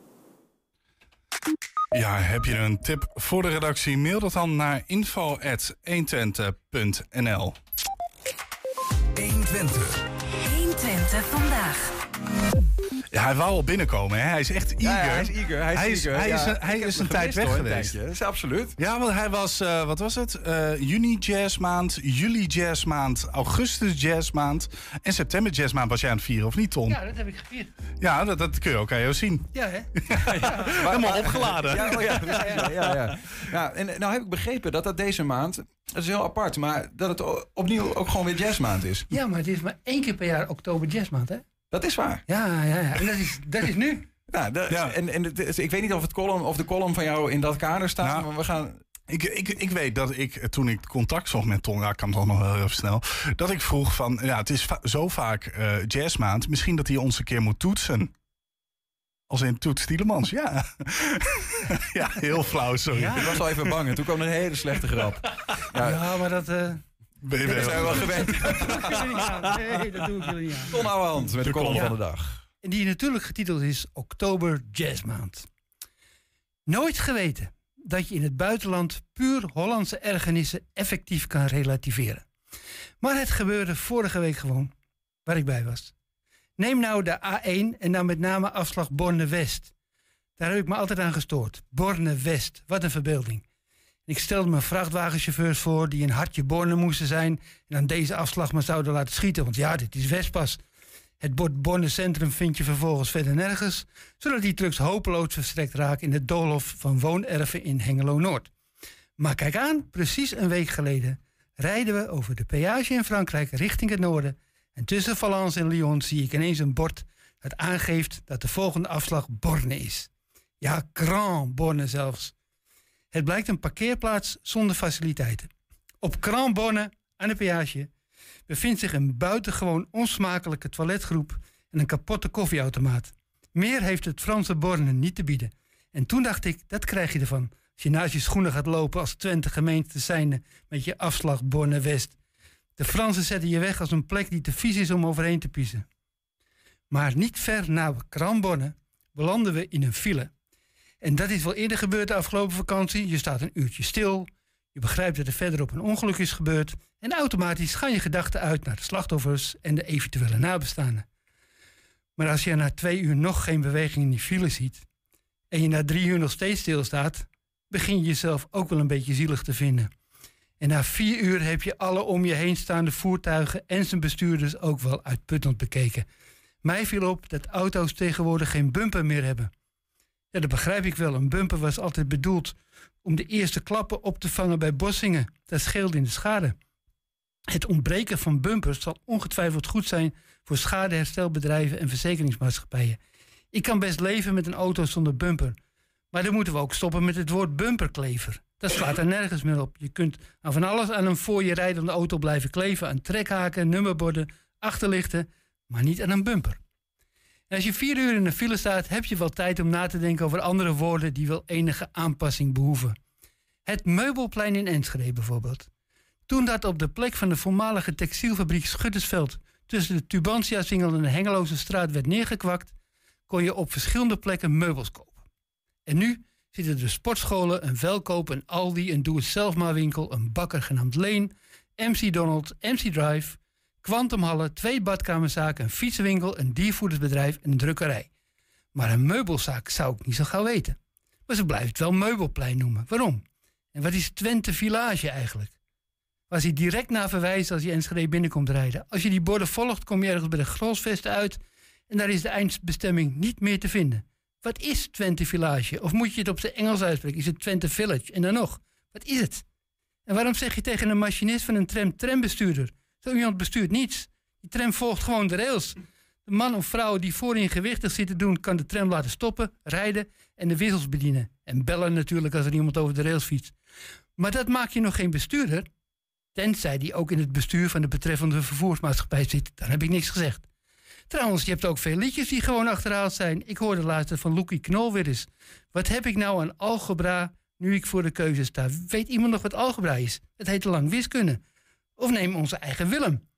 Ja, heb je een tip voor de redactie? Mail dat dan naar info at honderdtwintig punt n l. honderdtwintig. honderdtwintig vandaag. Ja, hij wou al binnenkomen, hè? Hij is echt eager. Ja, ja, hij is eager. Hij is, hij is, eager. hij is, ja, een, hij is een tijd weg hoor, geweest. Dat is absoluut. Ja, want hij was, uh, wat was het? Uh, juni jazzmaand, juli jazzmaand, augustus jazzmaand en september jazzmaand. Was jij aan het vieren of niet, Ton? Ja, dat heb ik gevierd. Ja, dat, dat kun je ook aan jou zien. Ja, hè? ja. Helemaal opgeladen. Ja, oh ja, ja, ja, ja, ja. ja, en nou heb ik begrepen dat dat deze maand, dat is heel apart, maar dat het opnieuw ook gewoon weer jazzmaand is. Ja, maar het is maar één keer per jaar oktober jazzmaand, hè? Dat is waar. Ja, ja, ja. En dat is, dat is nu. Ja, dat, ja. En, en het, ik weet niet of, het column, of de column van jou in dat kader staat, nou, maar we gaan... Ik, ik, ik weet dat ik, toen ik contact zocht met Ton, ja, ik kan het allemaal heel even snel, dat ik vroeg van, ja, het is va- zo vaak uh, jazzmaand, misschien dat hij ons een keer moet toetsen. Als in Toets Tielemans, ja. ja, heel flauw, sorry. Ja? Ik was al even bang en toen kwam er een hele slechte grap. Ja, ja maar dat... Uh... Ben je, ben je zijn we wel gewend. Nee, dat doe ik jullie niet aan. Ton Ouwehand met de, de column ja. van de dag. En die natuurlijk getiteld is Oktober Jazzmaand. Nooit geweten dat je in het buitenland puur Hollandse ergernissen effectief kan relativeren. Maar het gebeurde vorige week gewoon, waar ik bij was. Neem nou de A één en dan met name afslag Borne-West. Daar heb ik me altijd aan gestoord. Borne-West, wat een verbeelding. Ik stelde me vrachtwagenchauffeurs voor die een hartje Borne moesten zijn en aan deze afslag maar zouden laten schieten, want ja, dit is Westpas. Het bord Borne Centrum vind je vervolgens verder nergens, zodat die trucks hopeloos verstrekt raken in het doolhof van woonerven in Hengelo-Noord. Maar kijk aan, precies een week geleden rijden we over de peage in Frankrijk richting het noorden en tussen Valence en Lyon zie ik ineens een bord dat aangeeft dat de volgende afslag Borne is. Ja, Grand Borne zelfs. Het blijkt een parkeerplaats zonder faciliteiten. Op Grand Borne, aan de peage, bevindt zich een buitengewoon onsmakelijke toiletgroep en een kapotte koffieautomaat. Meer heeft het Franse Borne niet te bieden. En toen dacht ik, dat krijg je ervan. Als je naast je schoenen gaat lopen als Twente gemeente zijnde met je afslag Borne-West. De Fransen zetten je weg als een plek die te vies is om overheen te piezen. Maar niet ver na Grand Borne belanden we in een file. En dat is wel eerder gebeurd de afgelopen vakantie. Je staat een uurtje stil. Je begrijpt dat er verderop een ongeluk is gebeurd. En automatisch gaan je gedachten uit naar de slachtoffers en de eventuele nabestaanden. Maar als je na twee uur nog geen beweging in die file ziet en je na drie uur nog steeds stilstaat, begin je jezelf ook wel een beetje zielig te vinden. En na vier uur heb je alle om je heen staande voertuigen en zijn bestuurders ook wel uitputtend bekeken. Mij viel op dat auto's tegenwoordig geen bumper meer hebben. Ja, dat begrijp ik wel. Een bumper was altijd bedoeld om de eerste klappen op te vangen bij bossingen. Dat scheelde in de schade. Het ontbreken van bumpers zal ongetwijfeld goed zijn voor schadeherstelbedrijven en verzekeringsmaatschappijen. Ik kan best leven met een auto zonder bumper. Maar dan moeten we ook stoppen met het woord bumperklever. Dat slaat er nergens meer op. Je kunt aan van alles aan een voor je rijdende auto blijven kleven. Aan trekhaken, nummerborden, achterlichten, maar niet aan een bumper. En als je vier uur in een file staat, heb je wel tijd om na te denken over andere woorden die wel enige aanpassing behoeven. Het Meubelplein in Enschede bijvoorbeeld. Toen dat op de plek van de voormalige textielfabriek Schuttersveld tussen de Tubantia-singel en de Hengeloze straat werd neergekwakt, kon je op verschillende plekken meubels kopen. En nu zitten er sportscholen, een Velkoop, een Aldi, een doe-het-zelf-maar-winkel, een bakker genaamd Leen, M C Donald, M C Drive, Quantumhallen, twee badkamerzaken, een fietsenwinkel, een diervoedersbedrijf en een drukkerij. Maar een meubelzaak zou ik niet zo gauw weten. Maar ze blijft het wel Meubelplein noemen. Waarom? En wat is Twente Village eigenlijk? Waar ze direct naar verwijzen als je Enschede binnenkomt rijden. Als je die borden volgt, kom je ergens bij de Grolsvesten uit en daar is de eindbestemming niet meer te vinden. Wat is Twente Village? Of moet je het op zijn Engels uitspreken? Is het Twente Village? En dan nog, wat is het? En waarom zeg je tegen een machinist van een tram trambestuurder? Zo iemand bestuurt niets. Die tram volgt gewoon de rails. De man of vrouw die voorin gewichtig zit te doen, kan de tram laten stoppen, rijden en de wissels bedienen. En bellen natuurlijk als er iemand over de rails fietst. Maar dat maakt je nog geen bestuurder. Tenzij die ook in het bestuur van de betreffende vervoersmaatschappij zit. Dan heb ik niks gezegd. Trouwens, je hebt ook veel liedjes die gewoon achterhaald zijn. Ik hoorde laatst van Loekie Knol weer eens. Wat heb ik nou aan algebra nu ik voor de keuze sta? Weet iemand nog wat algebra is? Het heet lang wiskunde. Of neem onze eigen Willem.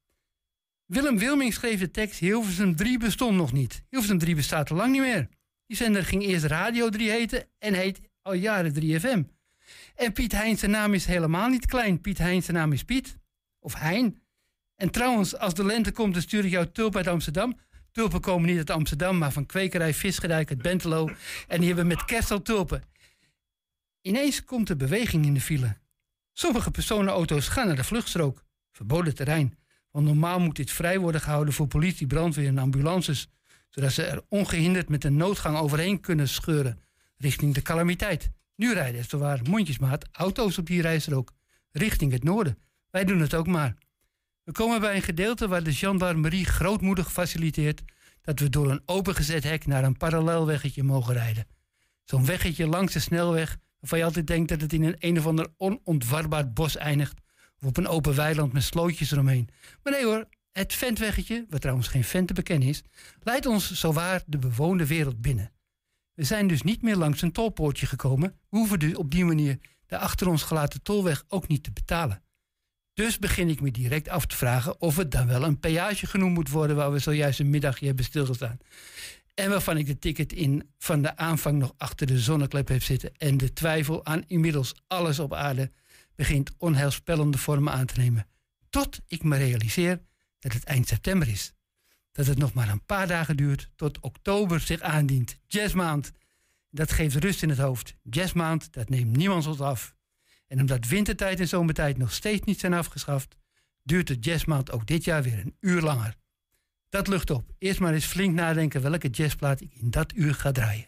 Willem Wilming schreef de tekst Hilversum drie bestond nog niet. Hilversum drie bestaat al lang niet meer. Die zender ging eerst Radio drie heten en heet al jaren drie F M. En Piet Hein zijn naam is helemaal niet klein. Piet Hein zijn naam is Piet. Of Hein. En trouwens, als de lente komt, dan stuur ik jou tulp uit Amsterdam. Tulpen komen niet uit Amsterdam, maar van kwekerij Visgedijk uit Bentelo. En die hebben met kerst al tulpen. Ineens komt er beweging in de file. Sommige personenauto's gaan naar de vluchtstrook. Verboden terrein. Want normaal moet dit vrij worden gehouden voor politie, brandweer en ambulances. Zodat ze er ongehinderd met een noodgang overheen kunnen scheuren. Richting de calamiteit. Nu rijden er zowaar mondjesmaat auto's op die rijstrook. Richting het noorden. Wij doen het ook maar. We komen bij een gedeelte waar de gendarmerie grootmoedig faciliteert dat we door een opengezet hek naar een parallel weggetje mogen rijden. Zo'n weggetje langs de snelweg waarvan je altijd denkt dat het in een een of ander onontwarbaar bos eindigt of op een open weiland met slootjes eromheen. Maar nee hoor, het ventweggetje, wat trouwens geen vent te bekennen is, leidt ons zowaar de bewoonde wereld binnen. We zijn dus niet meer langs een tolpoortje gekomen. We hoeven dus op die manier de achter ons gelaten tolweg ook niet te betalen. Dus begin ik me direct af te vragen of het dan wel een peage genoemd moet worden waar we zojuist een middagje hebben stilgestaan. En waarvan ik de ticket in van de aanvang nog achter de zonneklep heb zitten en de twijfel aan inmiddels alles op aarde begint onheilspellende vormen aan te nemen. Tot ik me realiseer dat het eind september is. Dat het nog maar een paar dagen duurt tot oktober zich aandient. Jazzmaand. Dat geeft rust in het hoofd. Jazzmaand, dat neemt niemand ons af. En omdat wintertijd en zomertijd nog steeds niet zijn afgeschaft, duurt de jazzmaand ook dit jaar weer een uur langer. Dat lucht op. Eerst maar eens flink nadenken welke jazzplaat ik in dat uur ga draaien.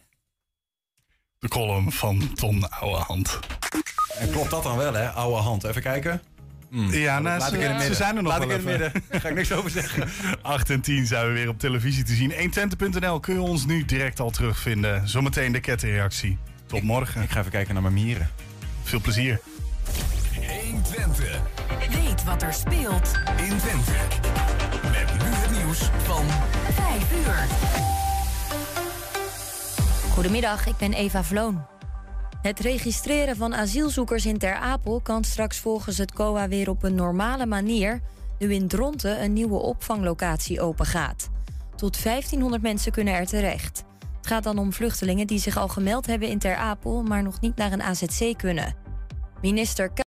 De column van Ton Ouwehand. En klopt dat dan wel, hè? Oude hand. Even kijken. Mm. Ja, nou, laat ze, ik in het midden. ze zijn er nog laat wel ik in het midden. Daar ga ik niks over zeggen. acht en tien zijn we weer op televisie te zien. honderdtwintig punt n l kun je ons nu direct al terugvinden. Zometeen de kettingreactie. Tot ik, morgen. Ik ga even kijken naar mijn mieren. Veel plezier. honderdtwintig. Weet wat er speelt in Twente. Met nu het nieuws van vijf uur. Goedemiddag, ik ben Eva Vloon. Het registreren van asielzoekers in Ter Apel kan straks volgens het C O A weer op een normale manier, nu in Dronten een nieuwe opvanglocatie opengaat. Tot vijftienhonderd mensen kunnen er terecht. Het gaat dan om vluchtelingen die zich al gemeld hebben in Ter Apel, maar nog niet naar een A Z C kunnen. Minister